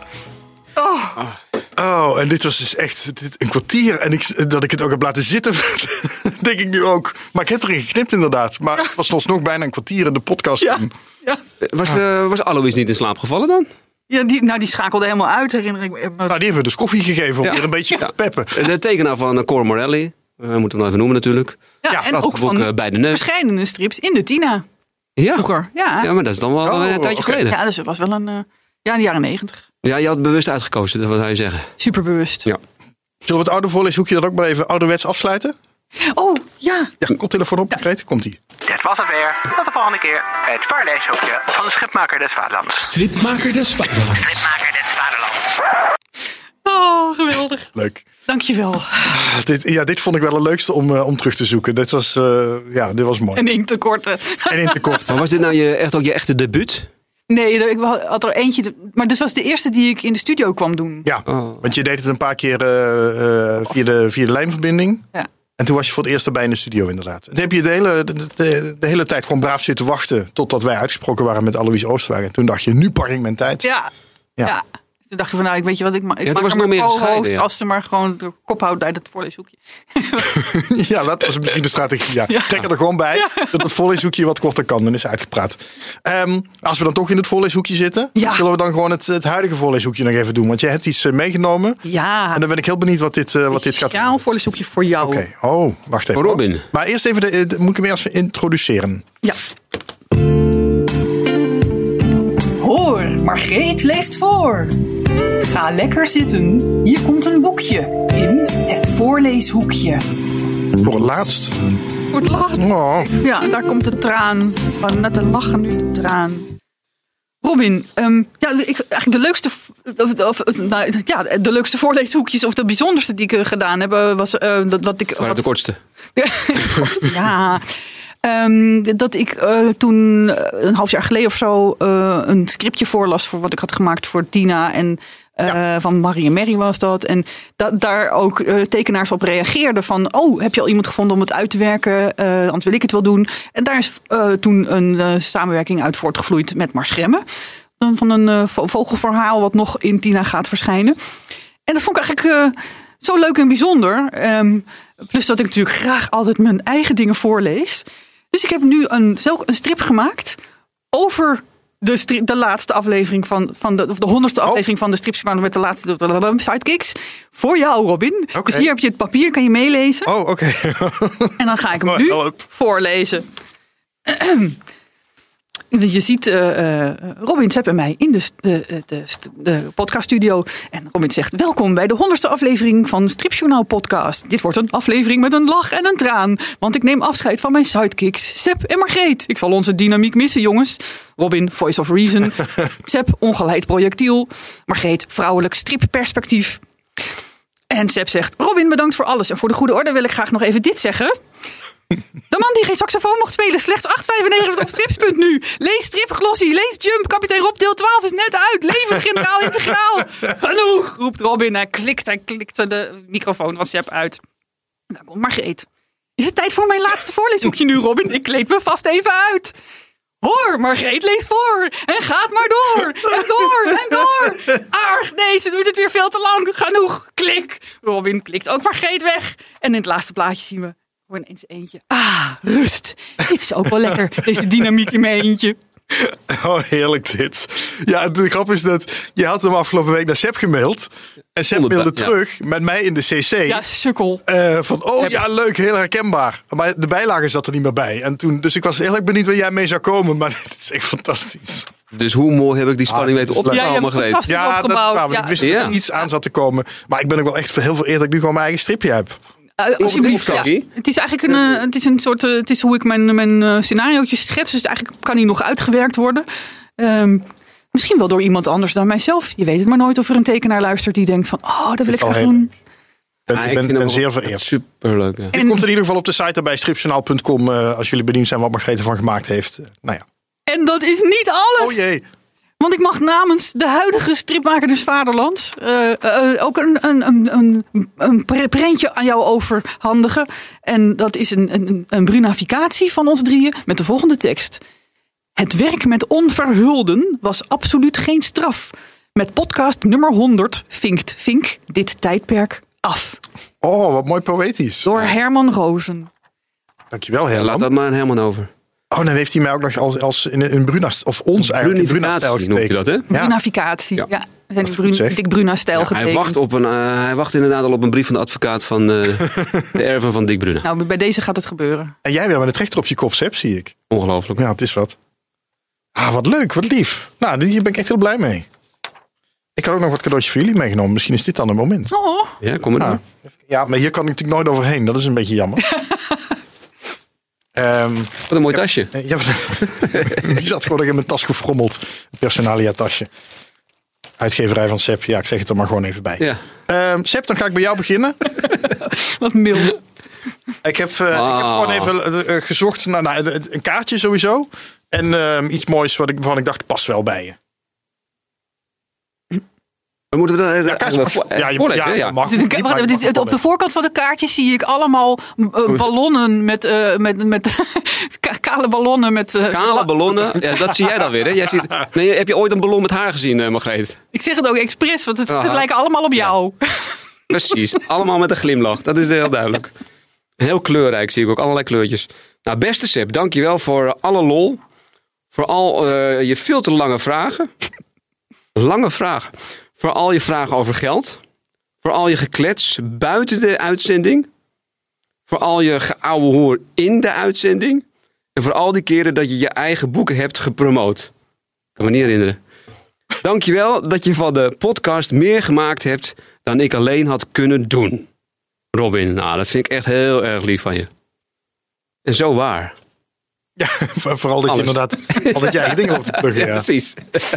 Oh, en dit was dus echt een kwartier. En dat ik het ook heb laten zitten, denk ik nu ook. Maar ik heb erin geknipt inderdaad. Maar het was nog bijna een kwartier in de podcast. Ja. Was Alois niet in slaap gevallen dan? Ja, die schakelde helemaal uit, herinner ik me. Nou, die hebben we dus koffie gegeven om weer een beetje te peppen. De tekenaar van Cor Morelli. We moeten hem nog even noemen natuurlijk. Ja, en ook van bij de neus. verschillende strips in de Tina. Ja. Vroeger. Ja, maar dat is dan wel een tijdje geleden. Ja, dus het was wel in de jaren 90. Ja, je had bewust uitgekozen, dat zou je zeggen. Superbewust. Ja. Zullen we het oude voorleeshoekje dan ook maar even ouderwets afsluiten? Oh, ja. Ja, koptelefoon op, Margreet. Komt-ie. Dit was het weer. Tot de volgende keer bij het voorleeshoekje van de Stripmaker des Vaderlands. Stripmaker des Vaderlands. Stripmaker des Vaderlands. Oh, geweldig. Leuk. Dankjewel. Dit vond ik wel het leukste om terug te zoeken. Dit was mooi. En inkttekorten. Maar was dit nou echt ook je echte debuut? Nee, ik had er eentje. Maar dit was de eerste die ik in de studio kwam doen. Ja, want je deed het een paar keer via de lijnverbinding. Ja. En toen was je voor het eerst erbij in de studio inderdaad. Toen heb je de hele tijd gewoon braaf zitten wachten totdat wij uitgesproken waren met Alois Oosterwijk. En toen dacht je, nu pak ik mijn tijd. Ja. Toen dacht je van, weet je wat, ik maak er maar co-host als ze maar gewoon de kop houdt bij dat voorleeshoekje. Ja, dat was misschien de strategie. Ja. Trek er gewoon bij dat het voorleeshoekje wat korter kan. Dan is uitgepraat. Als we dan toch in het voorleeshoekje zitten, zullen we dan gewoon het huidige voorleeshoekje nog even doen. Want jij hebt iets meegenomen. Ja. En dan ben ik heel benieuwd wat dit gaat doen. Speciaal voorleeshoekje voor jou. Oké. Oh, wacht even. Voor Robin. Maar eerst even, moet ik hem eerst introduceren? Ja. Hoor, Margreet leest voor. Ga lekker zitten. Hier komt een boekje in het voorleeshoekje. Voor het laatst. Voor het laatst? Oh. Ja, daar komt de traan. Van net te lachen, nu de traan. Robin, eigenlijk de leukste voorleeshoekjes of de bijzonderste die ik gedaan heb, was de kortste. Ja. Dat ik toen een half jaar geleden of zo een scriptje voorlas voor wat ik had gemaakt voor Tina en van Marie en Mary was dat. En daar ook tekenaars op reageerden van, heb je al iemand gevonden om het uit te werken? Anders wil ik het wel doen. En daar is toen een samenwerking uit voortgevloeid met Mar Schremme. Van een vogelverhaal wat nog in Tina gaat verschijnen. En dat vond ik eigenlijk zo leuk en bijzonder. Plus dat ik natuurlijk graag altijd mijn eigen dingen voorlees. Dus ik heb nu een strip gemaakt over de laatste aflevering van de 100ste aflevering van de stripsmaand met de laatste sidekicks. Voor jou, Robin. Okay. Dus hier heb je het papier, kan je meelezen. Oh, oké. En dan ga ik hem nu voorlezen. Je ziet Robin, Sepp en mij in de podcaststudio. En Robin zegt, welkom bij de 100ste aflevering van Stripjournaal podcast. Dit wordt een aflevering met een lach en een traan. Want ik neem afscheid van mijn sidekicks, Sepp en Margreet. Ik zal onze dynamiek missen, jongens. Robin, voice of reason. Sepp, ongeleid projectiel. Margreet, vrouwelijk stripperspectief. En Sepp zegt, Robin, bedankt voor alles. En voor de goede orde wil ik graag nog even dit zeggen. De man die geen saxofoon mocht spelen, slechts 8,95 op strips. Nu. Lees Strip Glossy, lees Jump, kapitein Rob, deel 12 is net uit. Leven generaal integraal. Genoeg, roept Robin. Hij klikte de microfoon van Sepp uit. Dan komt Margreet. Is het tijd voor mijn laatste voorleeshoekje nu, Robin? Ik kleed me vast even uit. Hoor, Margreet leest voor. En gaat maar door. En door. En door. Ach, nee, ze doet het weer veel te lang. Genoeg. Klik. Robin klikt ook Margreet weg. En in het laatste plaatje zien we gewoon eens eentje. Ah, rust. Dit is ook wel lekker. Deze dynamiek in mijn eentje. Oh, heerlijk dit. Ja, de grap is dat je had hem afgelopen week naar Sepp gemaild. En Sepp mailde terug met mij in de cc. Ja, sukkel. Ja, leuk, heel herkenbaar. Maar de bijlage zat er niet meer bij. En toen, dus ik was heel erg benieuwd waar jij mee zou komen. Maar het is echt fantastisch. Dus hoe mooi heb ik die spanning weten op te bouwen, Margreet? Ja, dat is waar. Ik wist dat er iets aan zat te komen. Maar ik ben ook wel echt heel vereerd dat ik nu gewoon mijn eigen stripje heb. Alsjeblieft. Het is eigenlijk het is hoe ik mijn scenariootjes schets. Dus eigenlijk kan die nog uitgewerkt worden. Misschien wel door iemand anders dan mijzelf. Je weet het maar nooit of er een tekenaar luistert die denkt van... dat wil ik graag doen. Ik ben zeer vereerd. Superleuk. Ja. Dit komt in ieder geval op de site bij stripjournaal.com als jullie bediend zijn wat Margreet ervan gemaakt heeft. Nou ja. En dat is niet alles. Oh jee. Want ik mag namens de huidige stripmaker des Vaderlands ook een prentje aan jou overhandigen. En dat is een brunaficatie van ons drieën met de volgende tekst. Het werk met onverhulden was absoluut geen straf. Met podcast nummer 100 vinkt Vink dit tijdperk af. Oh, wat mooi poëtisch. Door Herman Rozen. Dankjewel, Herman. Laat dat maar aan Herman over. Oh, dan heeft hij mij ook nog als in een Bruna-stijl, of ons eigenlijk in Bruna-stijl noem je dat, hè? Brunaficatie, ja. We zijn in Dick Bruna-stijl getekend. Hij wacht inderdaad al op een brief van de advocaat van de erven van Dick Bruna. Nou, bij deze gaat het gebeuren. En jij weer met een trechter op je kop, Sepp, zie ik. Ongelooflijk. Ja, het is wat. Wat leuk, wat lief. Nou, hier ben ik echt heel blij mee. Ik had ook nog wat cadeautjes voor jullie meegenomen. Misschien is dit dan een moment. Oh. Ja, kom maar dan. Ja, maar hier kan ik natuurlijk nooit overheen. Dat is een beetje jammer. Wat een mooi tasje. Die zat gewoon nog in mijn tas gefrommeld. Een Personalia tasje. Uitgeverij van Sepp. Ja, ik zeg het er maar gewoon even bij. Ja. Sepp, dan ga ik bij jou beginnen. Wat mild. Ik heb gewoon even gezocht naar een kaartje sowieso. En iets moois waarvan ik dacht, past wel bij je. We moeten dan op de voorkant van de kaartjes zie ik allemaal ballonnen met kale ballonnen met kale ballonnen. Ja, dat zie jij dan weer, hè? Heb je ooit een ballon met haar gezien, Margreet? Ik zeg het ook expres, want het lijken allemaal op jou. Ja. Precies, allemaal met een glimlach. Dat is heel duidelijk. Heel kleurrijk zie ik ook, allerlei kleurtjes. Nou, beste Sepp, dankjewel voor alle lol. Voor al je veel te lange vragen. Lange vragen. Voor al je vragen over geld. Voor al je geklets buiten de uitzending. Voor al je geouwehoer in de uitzending. En voor al die keren dat je je eigen boeken hebt gepromoot. Ik kan me niet herinneren. Dankjewel dat je van de podcast meer gemaakt hebt dan ik alleen had kunnen doen. Robin, nou, dat vind ik echt heel erg lief van je. En zo waar. Ja, vooral dat je inderdaad altijd je eigen dingen op te pluggen. Ja, precies.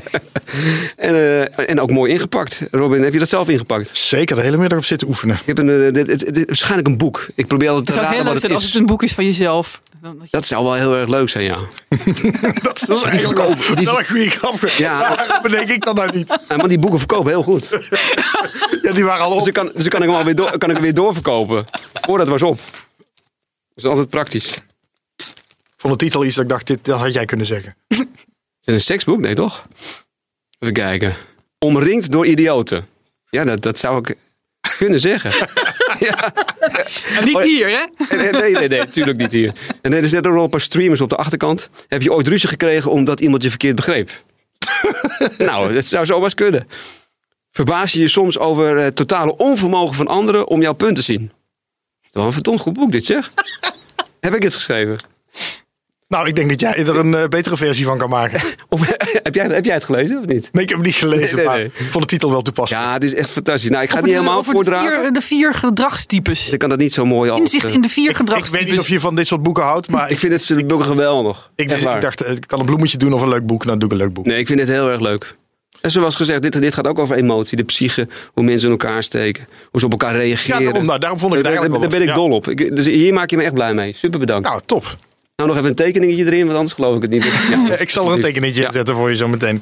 En ook mooi ingepakt. Robin, heb je dat zelf ingepakt? Zeker, de hele middag op zitten oefenen. Ik heb waarschijnlijk een boek. Ik probeer altijd te raden wat het is. Het zou heel leuk zijn als het een boek is van jezelf. Dat zou wel heel erg leuk zijn, ja. Dat is eigenlijk wel een goede grap. Ja. Waarom bedenk ik dat nou niet? Ja, maar die boeken verkopen heel goed. Ja, die waren al op. Dus kan ik hem weer doorverkopen. Voordat het was op. Dat is altijd praktisch. Van de titel iets dat ik dacht, dat had jij kunnen zeggen. Is het een seksboek? Nee, toch? Even kijken. Omringd door idioten. Ja, dat zou ik kunnen zeggen. Ja. En niet hier, hè? Nee, natuurlijk niet hier. En er zitten nog een paar streamers op de achterkant. Heb je ooit ruzie gekregen omdat iemand je verkeerd begreep? Nou, dat zou zomaar kunnen. Verbaas je je soms over het totale onvermogen van anderen om jouw punt te zien? Dat is wel een verdomd goed boek dit, zeg. Heb ik het geschreven? Nou, ik denk dat jij er een betere versie van kan maken. Heb jij het gelezen of niet? Nee, ik heb het niet gelezen, maar ik vond de titel wel toepasselijk. Ja, het is echt fantastisch. Nou, ik ga het niet helemaal voordragen. De vier gedragstypes. Ik kan dat niet zo mooi als... Inzicht in de 4 gedragstypes. Ik weet niet of je van dit soort boeken houdt, maar... Ik vind het boeken geweldig. Ik dacht, ik kan een bloemetje doen of een leuk boek. Nou, doe ik een leuk boek. Nee, ik vind het heel erg leuk. En zoals gezegd, dit gaat ook over emotie, de psyche, hoe mensen in elkaar steken, hoe ze op elkaar reageren. Ja, daarom vond ik het eigenlijk Daar ben ik dol op. Dus hier maak je me echt blij mee. Super bedankt. Nou, top. Nou, nog even een tekeningetje erin, want anders geloof ik het niet. Ja, ik zal er een tekeningetje in zetten voor je zo meteen.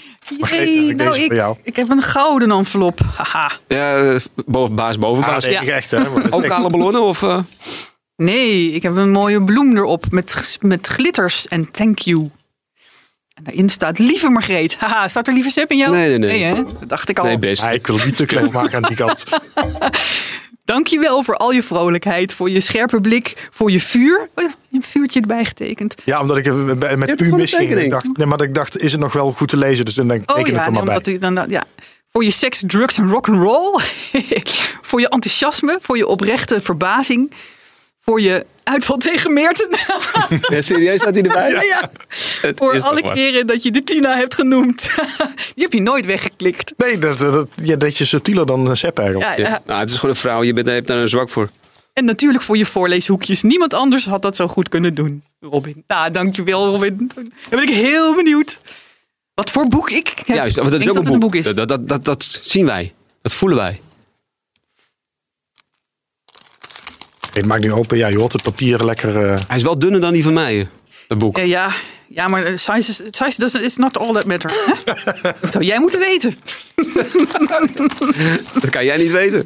Ik heb een gouden envelop. Haha. Ja, bovenbaas. Nee, echt, hè? Ook kale ballonnen of... Nee, ik heb een mooie bloem erop met glitters en thank you. En daarin staat lieve Margreet. Haha, staat er lieve Sepp in jou? Nee. Hè? Dat dacht ik al. Nee, best. Ik wil het niet te klein maken aan die kant. Dankjewel voor al je vrolijkheid, voor je scherpe blik, voor je vuur. Oh, een vuurtje erbij getekend. Ja, omdat ik met u misging. Ik dacht, is het nog wel goed te lezen? Dus dan denk ik, teken het er maar bij. Voor je seks, drugs en rock'n'roll. Voor je enthousiasme, voor je oprechte verbazing. Voor je uitval tegen Meerten. Ja, serieus staat hij erbij? Ja. Voor alle keren dat je de Tina hebt genoemd. Die heb je nooit weggeklikt. Nee, dat je subtieler dan Sepp eigenlijk. Ja. Nou, het is gewoon een vrouw, je hebt daar een zwak voor. En natuurlijk voor je voorleeshoekjes. Niemand anders had dat zo goed kunnen doen, Robin. Nou, dankjewel, Robin. Dan ben ik heel benieuwd wat voor boek ik heb. Juist, dat is ook een boek. Is. Dat zien wij. Dat voelen wij. Het maakt nu open. Ja, je hoort het papier lekker... Hij is wel dunner dan die van mij, dat boek. Ja, maar size is not all that matter. Dat zou jij moeten weten. Dat kan jij niet weten.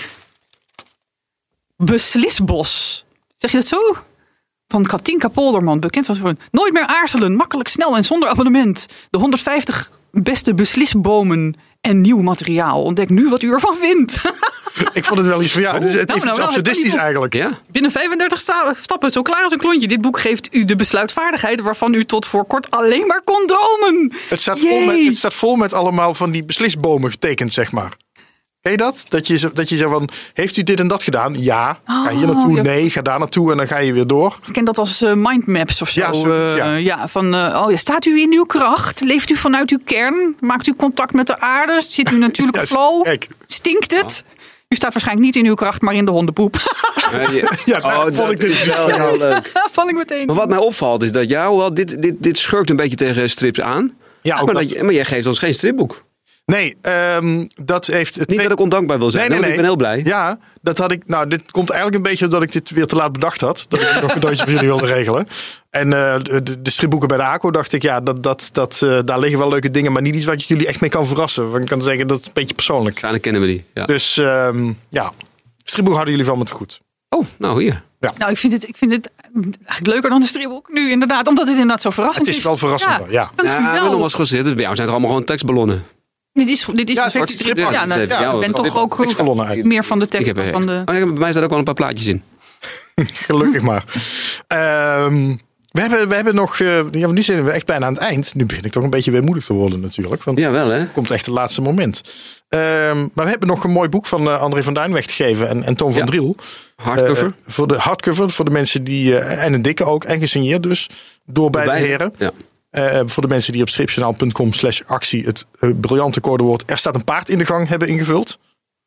Beslisbos. Zeg je dat zo? Van Katinka Polderman, bekend van nooit meer aarzelen, makkelijk, snel en zonder abonnement. De 150 beste beslisbomen en nieuw materiaal. Ontdek nu wat u ervan vindt. Ik vond het wel iets van het heeft iets absurdistisch eigenlijk. Ja? Binnen 35 stappen, zo klaar als een klontje. Dit boek geeft u de besluitvaardigheid waarvan u tot voor kort alleen maar kon dromen. Het staat vol met allemaal van die beslisbomen getekend, zeg maar. Ken je dat? Dat je zegt van, heeft u dit en dat gedaan? Ja. Ga hier naartoe? Nee. Ga daar naartoe en dan ga je weer door. Ik ken dat als mindmaps of zo. Staat u in uw kracht? Leeft u vanuit uw kern? Maakt u contact met de aarde? Zit u natuurlijk flow? Kijk. Stinkt het? U staat waarschijnlijk niet in uw kracht, maar in de hondenpoep. Vond ik dit wel heel leuk. Val ik meteen. Maar wat mij opvalt is dat dit schurkt een beetje tegen strips aan. Ja, maar jij geeft ons geen stripboek. Nee, dat heeft... Niet dat ik ondankbaar wil zijn, nee. Ik ben heel blij. Ja, dat had ik... Nou, dit komt eigenlijk een beetje omdat ik dit weer te laat bedacht had. Dat ik nog een cadeautje voor jullie wilde regelen. En de stripboeken bij de ACO dacht ik, daar liggen wel leuke dingen, maar niet iets wat je jullie echt mee kan verrassen. Want ik kan zeggen, dat is een beetje persoonlijk. Ja, dan kennen we die. Ja. Dus stripboek hadden jullie wel met goed. Oh, nou hier. Ja. Nou, ik vind het eigenlijk leuker dan een stripboek nu inderdaad. Omdat het inderdaad zo verrassend is. Het is wel verrassender, ja. Dankjewel. Bij jou zijn het allemaal gewoon tekstballonnen. Dit is een soort strip. Ik ben toch ook meer van de tekst. Bij mij staat ook wel een paar plaatjes in. Gelukkig maar. We hebben nog... nu zijn we echt bijna aan het eind. Nu begin ik toch een beetje weemoedig te worden natuurlijk. Want wel, hè? Het komt echt het laatste moment. Maar we hebben nog een mooi boek van André van Duin weg te geven. En Toon van Driel. Hardcover. Voor de hardcover. Voor de mensen die... en een dikke ook. En gesigneerd dus. Door beide heren. Ja. Voor de mensen die op stripjournaal.com/actie het briljante codewoord "er staat een paard in de gang" hebben ingevuld.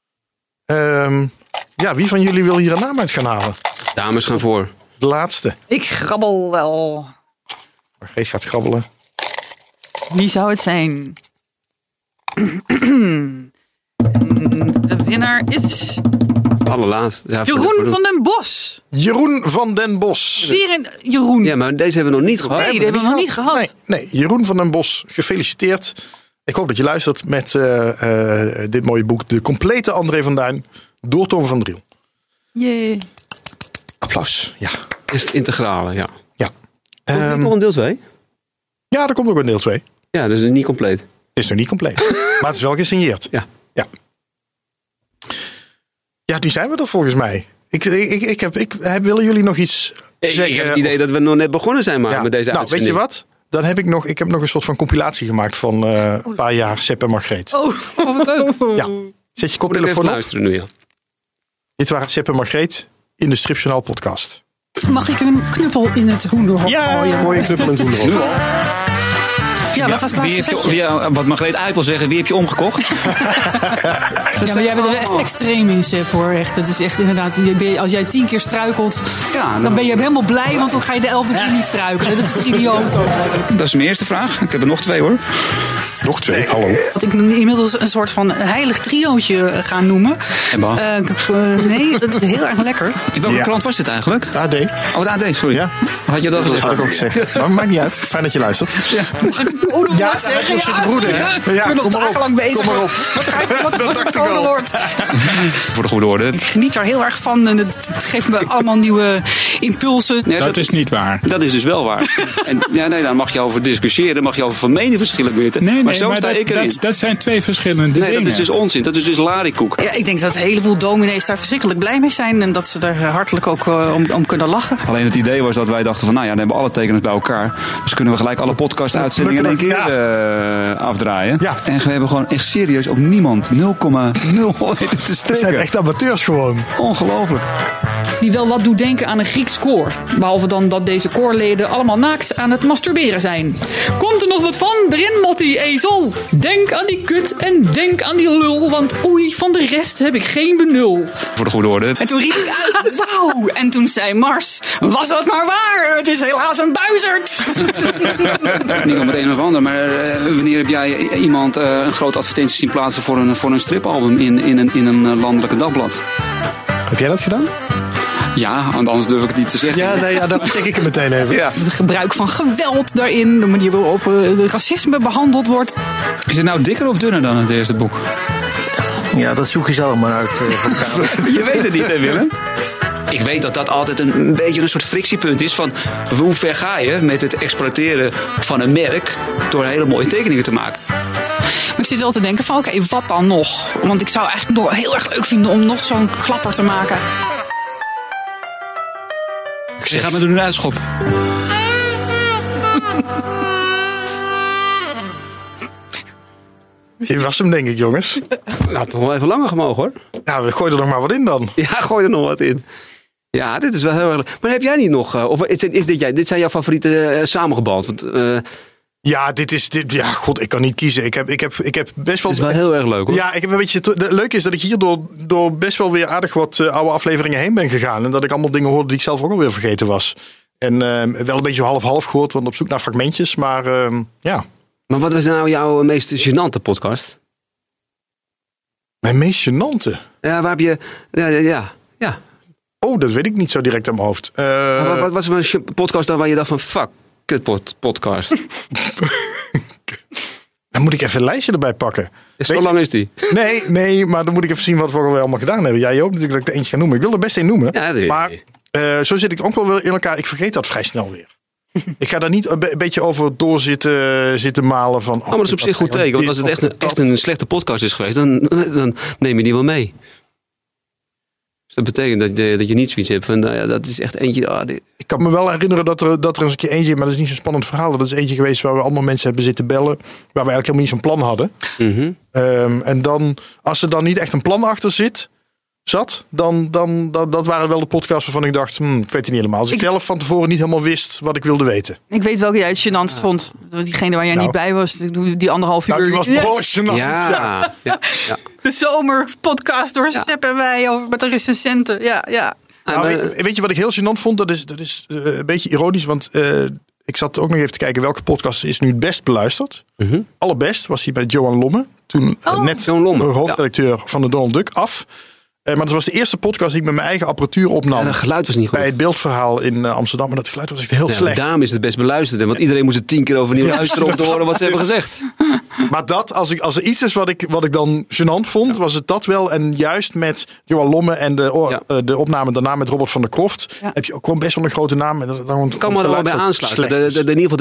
Wie van jullie wil hier een naam uit gaan halen? Dames gaan voor. De laatste. Ik grabbel wel. Margreet gaat grabbelen. Wie zou het zijn? De winnaar is... Allerlaatst. Ja, Jeroen van den Bos. Jeroen van den Bos. Jeroen. Ja, maar deze hebben we nog niet gehad. Nee, die hebben we nog niet gehad. Nee, Jeroen van den Bos, gefeliciteerd. Ik hoop dat je luistert met dit mooie boek. De complete André van Duin door Toon van Driel. Jee. Applaus, ja. Is het integrale, ja. Komt er nog een deel 2? Ja, er komt ook een deel 2. Ja, dus het is niet compleet. Het is nog niet compleet. Maar het is wel gesigneerd. Ja. Ja, die zijn we er volgens mij. Willen jullie nog iets zeggen? Ik heb het idee dat we nog net begonnen zijn met deze uitzending. Weet je wat? Dan heb ik heb nog een soort van compilatie gemaakt van een paar jaar Sepp en Margreet. Oh, wat leuk. Ja. Zet je koptelefoon op. Luisteren nu, ja. Dit waren Sepp en Margreet in de Stripjournaal podcast. Mag ik een knuppel in het hoenderhok gooien? Gooi een knuppel in het hoenderhok. Ja, wat was het laatste setje? Wat Margreet uit wil zeggen, wie heb je omgekocht? Ja, maar jij bent er echt extreem in, Sepp, hoor. Echt, het is echt inderdaad, als jij 10 keer struikelt, dan ben je helemaal blij, want dan ga je de 11e keer niet struikelen. Dat is toch idioot ook. Dat is mijn eerste vraag. Ik heb er nog 2, hoor. Nog 2, hallo. Dat ik inmiddels een soort van heilig triootje ga noemen. Nee, dat is heel erg lekker. In welke krant was dit eigenlijk? AD. Oh, het AD, sorry. Ja. Had je dat gezegd? Had ik ook gezegd. Maar maakt niet uit. Fijn dat je luistert. Ja. Mag ik Odo wat zeggen? Ja, zit de broeder. Ik ben nog dagenlang bezig. Kom maar op. Wat het code wordt. Voor de goede orde. Ik geniet er heel erg van. En het geeft me allemaal nieuwe impulsen. Nee, dat is niet waar. Dat is dus wel waar. En dan mag je over discussiëren. Mag je over van meningsverschillen weten. Nee. maar zo sta ik erin. Dat zijn twee verschillende dingen. Nee, dat is dus onzin. Dat is dus larikoek. Ja, ik denk dat een heleboel dominees daar verschrikkelijk blij mee zijn. En dat ze er hartelijk ook om kunnen lachen. Alleen het idee was dat wij dachten van, dan hebben we alle tekeners bij elkaar. Dus kunnen we gelijk alle podcast-uitzendingen in één keer afdraaien. Ja. En we hebben gewoon echt serieus ook niemand 0,0 weten te steken. We zijn echt amateurs gewoon. Ongelooflijk. Die wel wat doet denken aan een Grieks koor. Behalve dan dat deze koorleden allemaal naakt aan het masturberen zijn. Komt er nog wat van? Erin, Motti, ezel. Denk aan die kut en denk aan die lul. Want oei, van de rest heb ik geen benul. Voor de goede orde. En toen riep ik uit, wauw. En toen zei Mars, was dat maar waar? Het is helaas een buizerd. Niet om het een of ander, maar wanneer heb jij iemand een grote advertentie zien plaatsen voor een stripalbum in een landelijke dagblad? Heb jij dat gedaan? Ja, want anders durf ik het niet te zeggen. Ja, dan check ik het meteen even. Ja. Het gebruik van geweld daarin, de manier waarop de racisme behandeld wordt. Is het nou dikker of dunner dan het eerste boek? Ja, dat zoek je zelf maar uit. Je weet het niet, hè Willem? Ik weet dat dat altijd een beetje een soort frictiepunt is van hoe ver ga je met het exploiteren van een merk door hele mooie tekeningen te maken. Maar ik zit wel te denken van oké, wat dan nog? Want ik zou eigenlijk nog heel erg leuk vinden om nog zo'n klapper te maken. Je gaat me er nu uitschoppen. Dit was hem denk ik, jongens. Nou, toch wel even langer gemogen hoor. Nou, gooi er nog maar wat in dan. Ja, gooi er nog wat in. Ja, dit is wel heel erg leuk. Maar heb jij niet nog... of is dit zijn jouw favoriete samengebald? Want... Ja, ja, god, ik kan niet kiezen. Ik heb best wel... Het is wel heel erg leuk hoor. Ja, ik heb een beetje... Het leuke is dat ik hier door best wel weer aardig wat oude afleveringen heen ben gegaan. En dat ik allemaal dingen hoorde die ik zelf ook alweer vergeten was. En wel een beetje half gehoord, want op zoek naar fragmentjes. Maar ja. Maar wat was nou jouw meest gênante podcast? Mijn meest gênante? Ja, waar heb je... Ja. Oh, dat weet ik niet zo direct aan mijn hoofd. Wat was er een podcast dan waar je dacht van... Fuck, podcast. Dan moet ik even een lijstje erbij pakken. Zo lang is die? Nee, maar dan moet ik even zien wat we allemaal gedaan hebben. Ja, je hoopt natuurlijk dat ik er eentje ga noemen. Ik wil er best een noemen. Ja, maar zo zit ik ook wel in elkaar. Ik vergeet dat vrij snel weer. Ik ga daar niet een beetje over door zitten malen van... maar dat is op zich goed teken. Want als het echt een slechte podcast is geweest, dan neem je die wel mee. Dus dat betekent dat je niet zoiets hebt van, dat is echt eentje... Ik kan me wel herinneren dat er eens een keer eentje, maar dat is niet zo'n spannend verhaal. Dat is eentje geweest waar we allemaal mensen hebben zitten bellen, waar we eigenlijk helemaal niet zo'n plan hadden. Mm-hmm. En dan, als er dan niet echt een plan achter zat, dan dat waren wel de podcasts waarvan ik dacht, ik weet het niet helemaal. Als ik zelf van tevoren niet helemaal wist wat ik wilde weten. Ik weet welke jij het gênantst vond. Diegene waar jij niet bij was, die 1,5 uur. Die was behoorlijk gênant. Ja. De zomerpodcast door Sepp en wij over met de recensenten. Ja. Weet je wat ik heel gênant vond? Dat is een beetje ironisch, want ik zat ook nog even te kijken welke podcast is nu het best beluisterd. Mm-hmm. Allerbest was hij bij Johan Lomme. Toen net hoofdredacteur van de Donald Duck af. Maar dat was de eerste podcast die ik met mijn eigen apparatuur opnam. Het geluid was niet goed. Bij het Beeldverhaal in Amsterdam. Maar dat geluid was echt heel slecht. Daarom is het best beluisterd. Want iedereen moest het 10 keer overnieuw luisteren om te horen wat ze hebben gezegd. Maar als er iets is wat ik dan gênant vond, was het dat wel. En juist met Johan Lomme en de opname daarna met Robert van der Kroft, heb je ook gewoon best wel een grote naam. Ik kan me er wel bij aansluiten. In ieder geval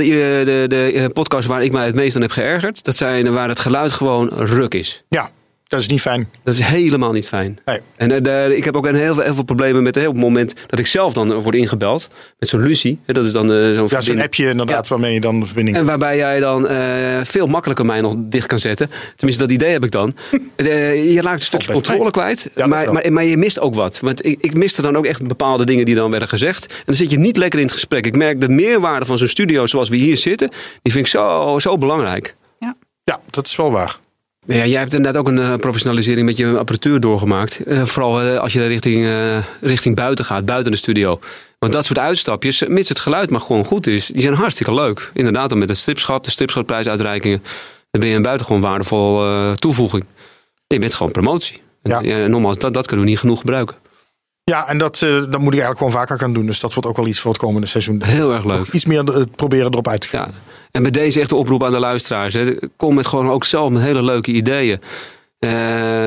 de podcast waar ik mij het meest aan heb geërgerd, dat zijn waar het geluid gewoon ruk is. Ja. Dat is niet fijn. Dat is helemaal niet fijn. Nee. En ik heb ook heel veel problemen met op het moment dat ik zelf dan word ingebeld. Met zo'n Lucie. Dat is dan zo'n Ja, zo'n appje inderdaad waarmee je dan de verbinding... En waarbij jij dan veel makkelijker mij nog dicht kan zetten. Tenminste, dat idee heb ik dan. Je raakt een stukje controle kwijt. Ja, maar je mist ook wat. Want ik miste dan ook echt bepaalde dingen die dan werden gezegd. En dan zit je niet lekker in het gesprek. Ik merk de meerwaarde van zo'n studio zoals we hier zitten. Die vind ik zo belangrijk. Ja, dat is wel waar. Ja, jij hebt inderdaad ook een professionalisering met je apparatuur doorgemaakt. Vooral als je richting buiten gaat, buiten de studio. Want dat soort uitstapjes, mits het geluid maar gewoon goed is, die zijn hartstikke leuk. Inderdaad, dan met het stripschap, de stripschapprijsuitreikingen. Dan ben je een buitengewoon waardevol toevoeging. Je bent gewoon promotie. Ja. En nogmaals, dat kunnen we niet genoeg gebruiken. Ja, en dat moet ik eigenlijk gewoon vaker gaan doen. Dus dat wordt ook wel iets voor het komende seizoen. Heel erg leuk. Nog iets meer proberen erop uit te gaan. Ja. En bij deze echt de oproep aan de luisteraars. Kom met gewoon ook zelf met hele leuke ideeën.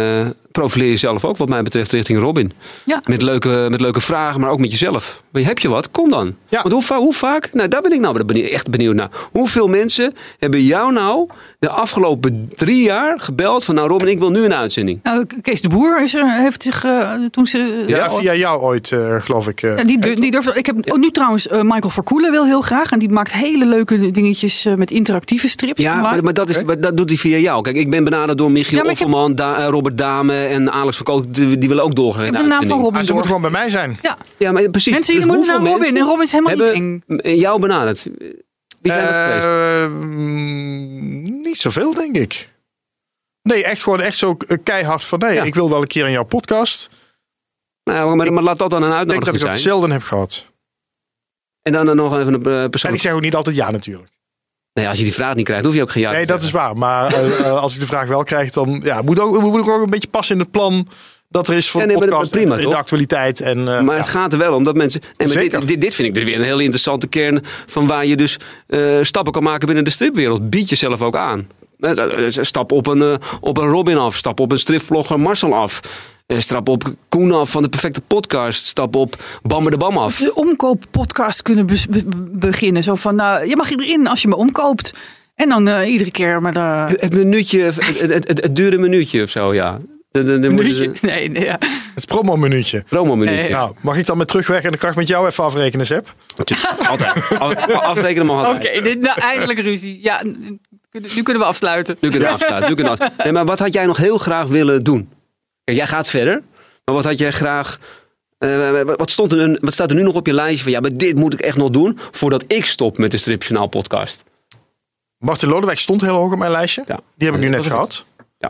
profileer jezelf ook wat mij betreft richting Robin. Ja. Met leuke vragen, maar ook met jezelf. Heb je wat? Kom dan. Ja. Want hoe vaak? Nou, daar ben ik nou echt benieuwd naar. Hoeveel mensen hebben jou nou de afgelopen 3 jaar gebeld van... nou Robin, ik wil nu een uitzending. Nou, Kees de Boer heeft zich toen ze... Ja, via jou ooit, geloof ik. Ja, die durfde. Ik heb nu trouwens Michael Verkoelen wil heel graag. En die maakt hele leuke dingetjes met interactieve strips. Ja, maar dat doet hij via jou. Kijk, ik ben benaderd door Michiel Offerman, Robert Dame en Alex van Koot. Die willen ook doorgaan in de uitzending. Ze moeten gewoon bij mij zijn. Ja, maar precies. Mensen, jullie moeten naar Robin. En Robin is helemaal niet eng. Jou benaderd. Wie zijn dat geweest? Niet zoveel, denk ik. Nee, echt zo keihard van... nee, ik wil wel een keer in jouw podcast. Nou, maar laat dat dan een uitnodiging zijn. Ik denk dat ik dat zelden heb gehad. En dan nog even een persoon. En ik zeg ook niet altijd ja, natuurlijk. Nee, als je die vraag niet krijgt, hoef je ook geen ja te zeggen. Dat is waar. Maar als ik de vraag wel krijg, dan moet ook een beetje passen in het plan... dat er is voor de podcast prima, in de actualiteit. Maar het gaat er wel om dat mensen... dit vind ik dus weer een heel interessante kern... van waar je dus stappen kan maken binnen de stripwereld. Bied jezelf ook aan. Stap op een Robin af. Stap op een stripvlogger Marcel af. Stap op Koen af van de Perfecte Podcast. Stap op Bamber de Bam af. De omkooppodcast kunnen beginnen. Zo van, je mag erin als je me omkoopt. En dan iedere keer... Maar Het minuutje, het dure minuutje of zo, ja. Nee, ja. Het promo-minuutje. Nee. Nou, mag ik dan met terugweg en dan kan ik met jou even afrekenen, Sepp? Altijd. Afrekenen mag altijd. Oké, eindelijk ruzie. Ja, nu kunnen we afsluiten. Nee, maar wat had jij nog heel graag willen doen? Kijk, jij gaat verder. Maar wat had jij graag... wat staat er nu nog op je lijstje van... ja, maar dit moet ik echt nog doen... voordat ik stop met de Stripjournaal podcast? Martin Lodewijk stond heel hoog op mijn lijstje. Ja. Die heb ik nu net gehad.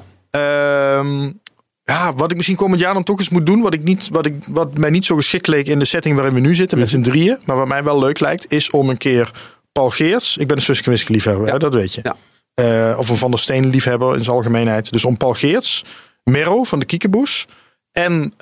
Ja. Wat ik misschien komend jaar dan toch eens moet doen... wat mij niet zo geschikt leek in de setting waarin we nu zitten... met z'n drieën, maar wat mij wel leuk lijkt... is om een keer Paul Geerts... ik ben een Suske en Wiske liefhebber, dat weet je. Ja. Of een Van der Steen liefhebber in zijn algemeenheid. Dus om Paul Geerts, Merro van de Kiekeboes... en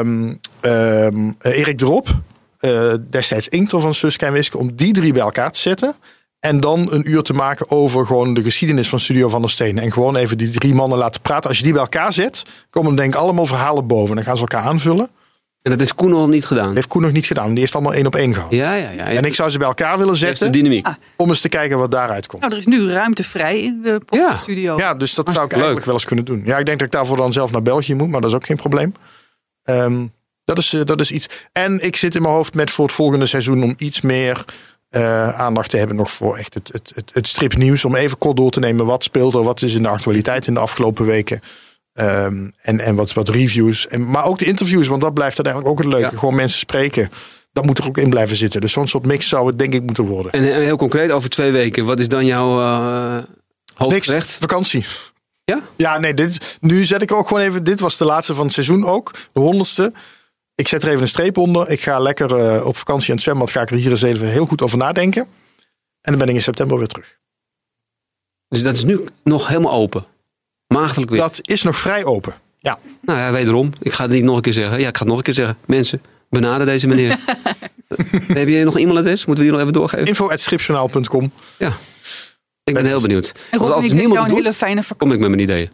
Erik de Rob... destijds Inkter van Suske en Wiske... om die 3 bij elkaar te zetten... en dan een uur te maken over gewoon de geschiedenis van Studio Van der Steen. En gewoon even die 3 mannen laten praten. Als je die bij elkaar zet, komen er denk ik allemaal verhalen boven. Dan gaan ze elkaar aanvullen. En dat heeft Koen nog niet gedaan? Dat heeft Koen nog niet gedaan. Die heeft allemaal 1 op 1 gehad. Ja. En ik zou ze bij elkaar willen zetten. Dynamiek. Om eens te kijken wat daaruit komt. Nou, er is nu ruimte vrij in de podcaststudio. Ja, dus dat zou ik eigenlijk wel eens kunnen doen. Ja, ik denk dat ik daarvoor dan zelf naar België moet. Maar dat is ook geen probleem. Dat is iets. En ik zit in mijn hoofd met voor het volgende seizoen... om iets meer... aandacht te hebben nog voor echt het stripnieuws. Om even kort door te nemen wat speelt er, wat is in de actualiteit in de afgelopen weken. En wat reviews. Maar ook de interviews, want dat blijft uiteindelijk ook het leuke. Ja. Gewoon mensen spreken. Dat moet er ook in blijven zitten. Dus zo'n soort mix zou het denk ik moeten worden. En heel concreet over 2 weken. Wat is dan jouw hoofdgerecht? Niks, vakantie. Ja? Ja, nee, nu zet ik ook gewoon even... Dit was de laatste van het seizoen ook. De 100ste. Ik zet er even een streep onder. Ik ga lekker op vakantie in het zwembad. Ga ik er hier eens even heel goed over nadenken. En dan ben ik in september weer terug. Dus dat is nu nog helemaal open? Maagdelijk weer? Dat is nog vrij open, ja. Nou ja, wederom. Ik ga het niet nog een keer zeggen. Ja, ik ga het nog een keer zeggen. Mensen, benader deze meneer. Heb je nog een e-mailadres? Moeten we die nog even doorgeven? info@stripjournaal.com. Ja. Ik ben heel benieuwd. En Rob, ik wens jou een hele fijne vakantie. Kom ik met mijn ideeën.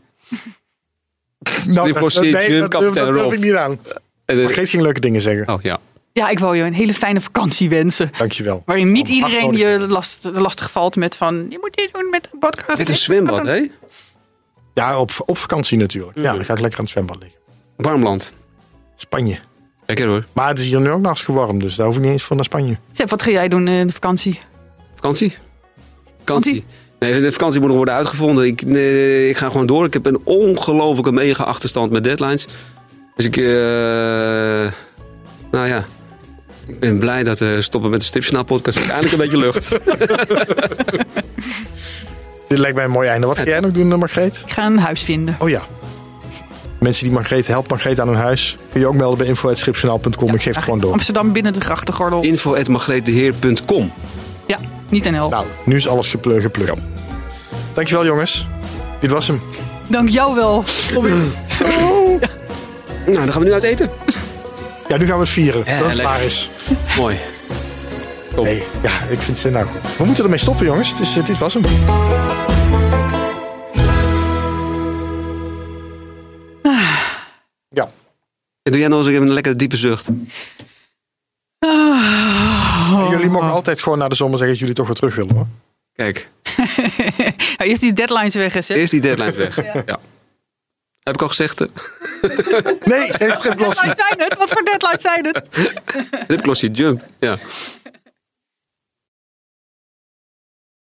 Nou, dat durf ik niet aan. Maar Geet ging leuke dingen zeggen. Oh ja. Ja, ik wil je een hele fijne vakantie wensen. Dankjewel. Waarin niet iedereen je lastig valt met van... je moet dit doen met een podcast. Dit is een zwembad, hè? Ja, op vakantie natuurlijk. Ja, dan ga ik lekker aan het zwembad liggen. Warm land. Spanje. Lekker hoor. Maar het is hier nu ook nog hartstikke warm, dus daar hoef ik niet eens voor naar Spanje. Zeg, wat ga jij doen in de vakantie? Vakantie? Nee, de vakantie moet nog worden uitgevonden. Ik ga gewoon door. Ik heb een ongelofelijke mega achterstand met deadlines. Dus nou ja, ik ben blij dat we stoppen met de Stripjournaal podcast. Eindelijk een beetje lucht. Dit lijkt mij een mooi einde. Wat ga jij nog doen, Margreet? Ik ga een huis vinden. Oh ja. Mensen die helpt Margreet aan een huis. Kun je ook melden bij info@stripjournaal.com. Ik geef het gewoon door. Amsterdam binnen de grachtengordel. info@margreetdeheer.com. Ja, niet NL. Nou, nu is alles geplukt. Ja. Dankjewel jongens. Dit was hem. Dank jou wel. Nou, dan gaan we nu uit eten. Ja, nu gaan we het vieren. Dat het klaar is. Mooi. Kom. Nee, ja, ik vind het nou goed. We moeten ermee stoppen, jongens. Dit was hem. Doe jij nog eens even een lekkere diepe zucht? En jullie mogen altijd gewoon na de zomer zeggen dat jullie toch weer terug willen, hoor. Kijk. Eerst die deadlines weg, hè? Eerst die deadlines weg. Ja. Heb ik al gezegd? Nee, geen stripglossie. Wat voor deadlines zijn het? Stripglossie, jump. Ja.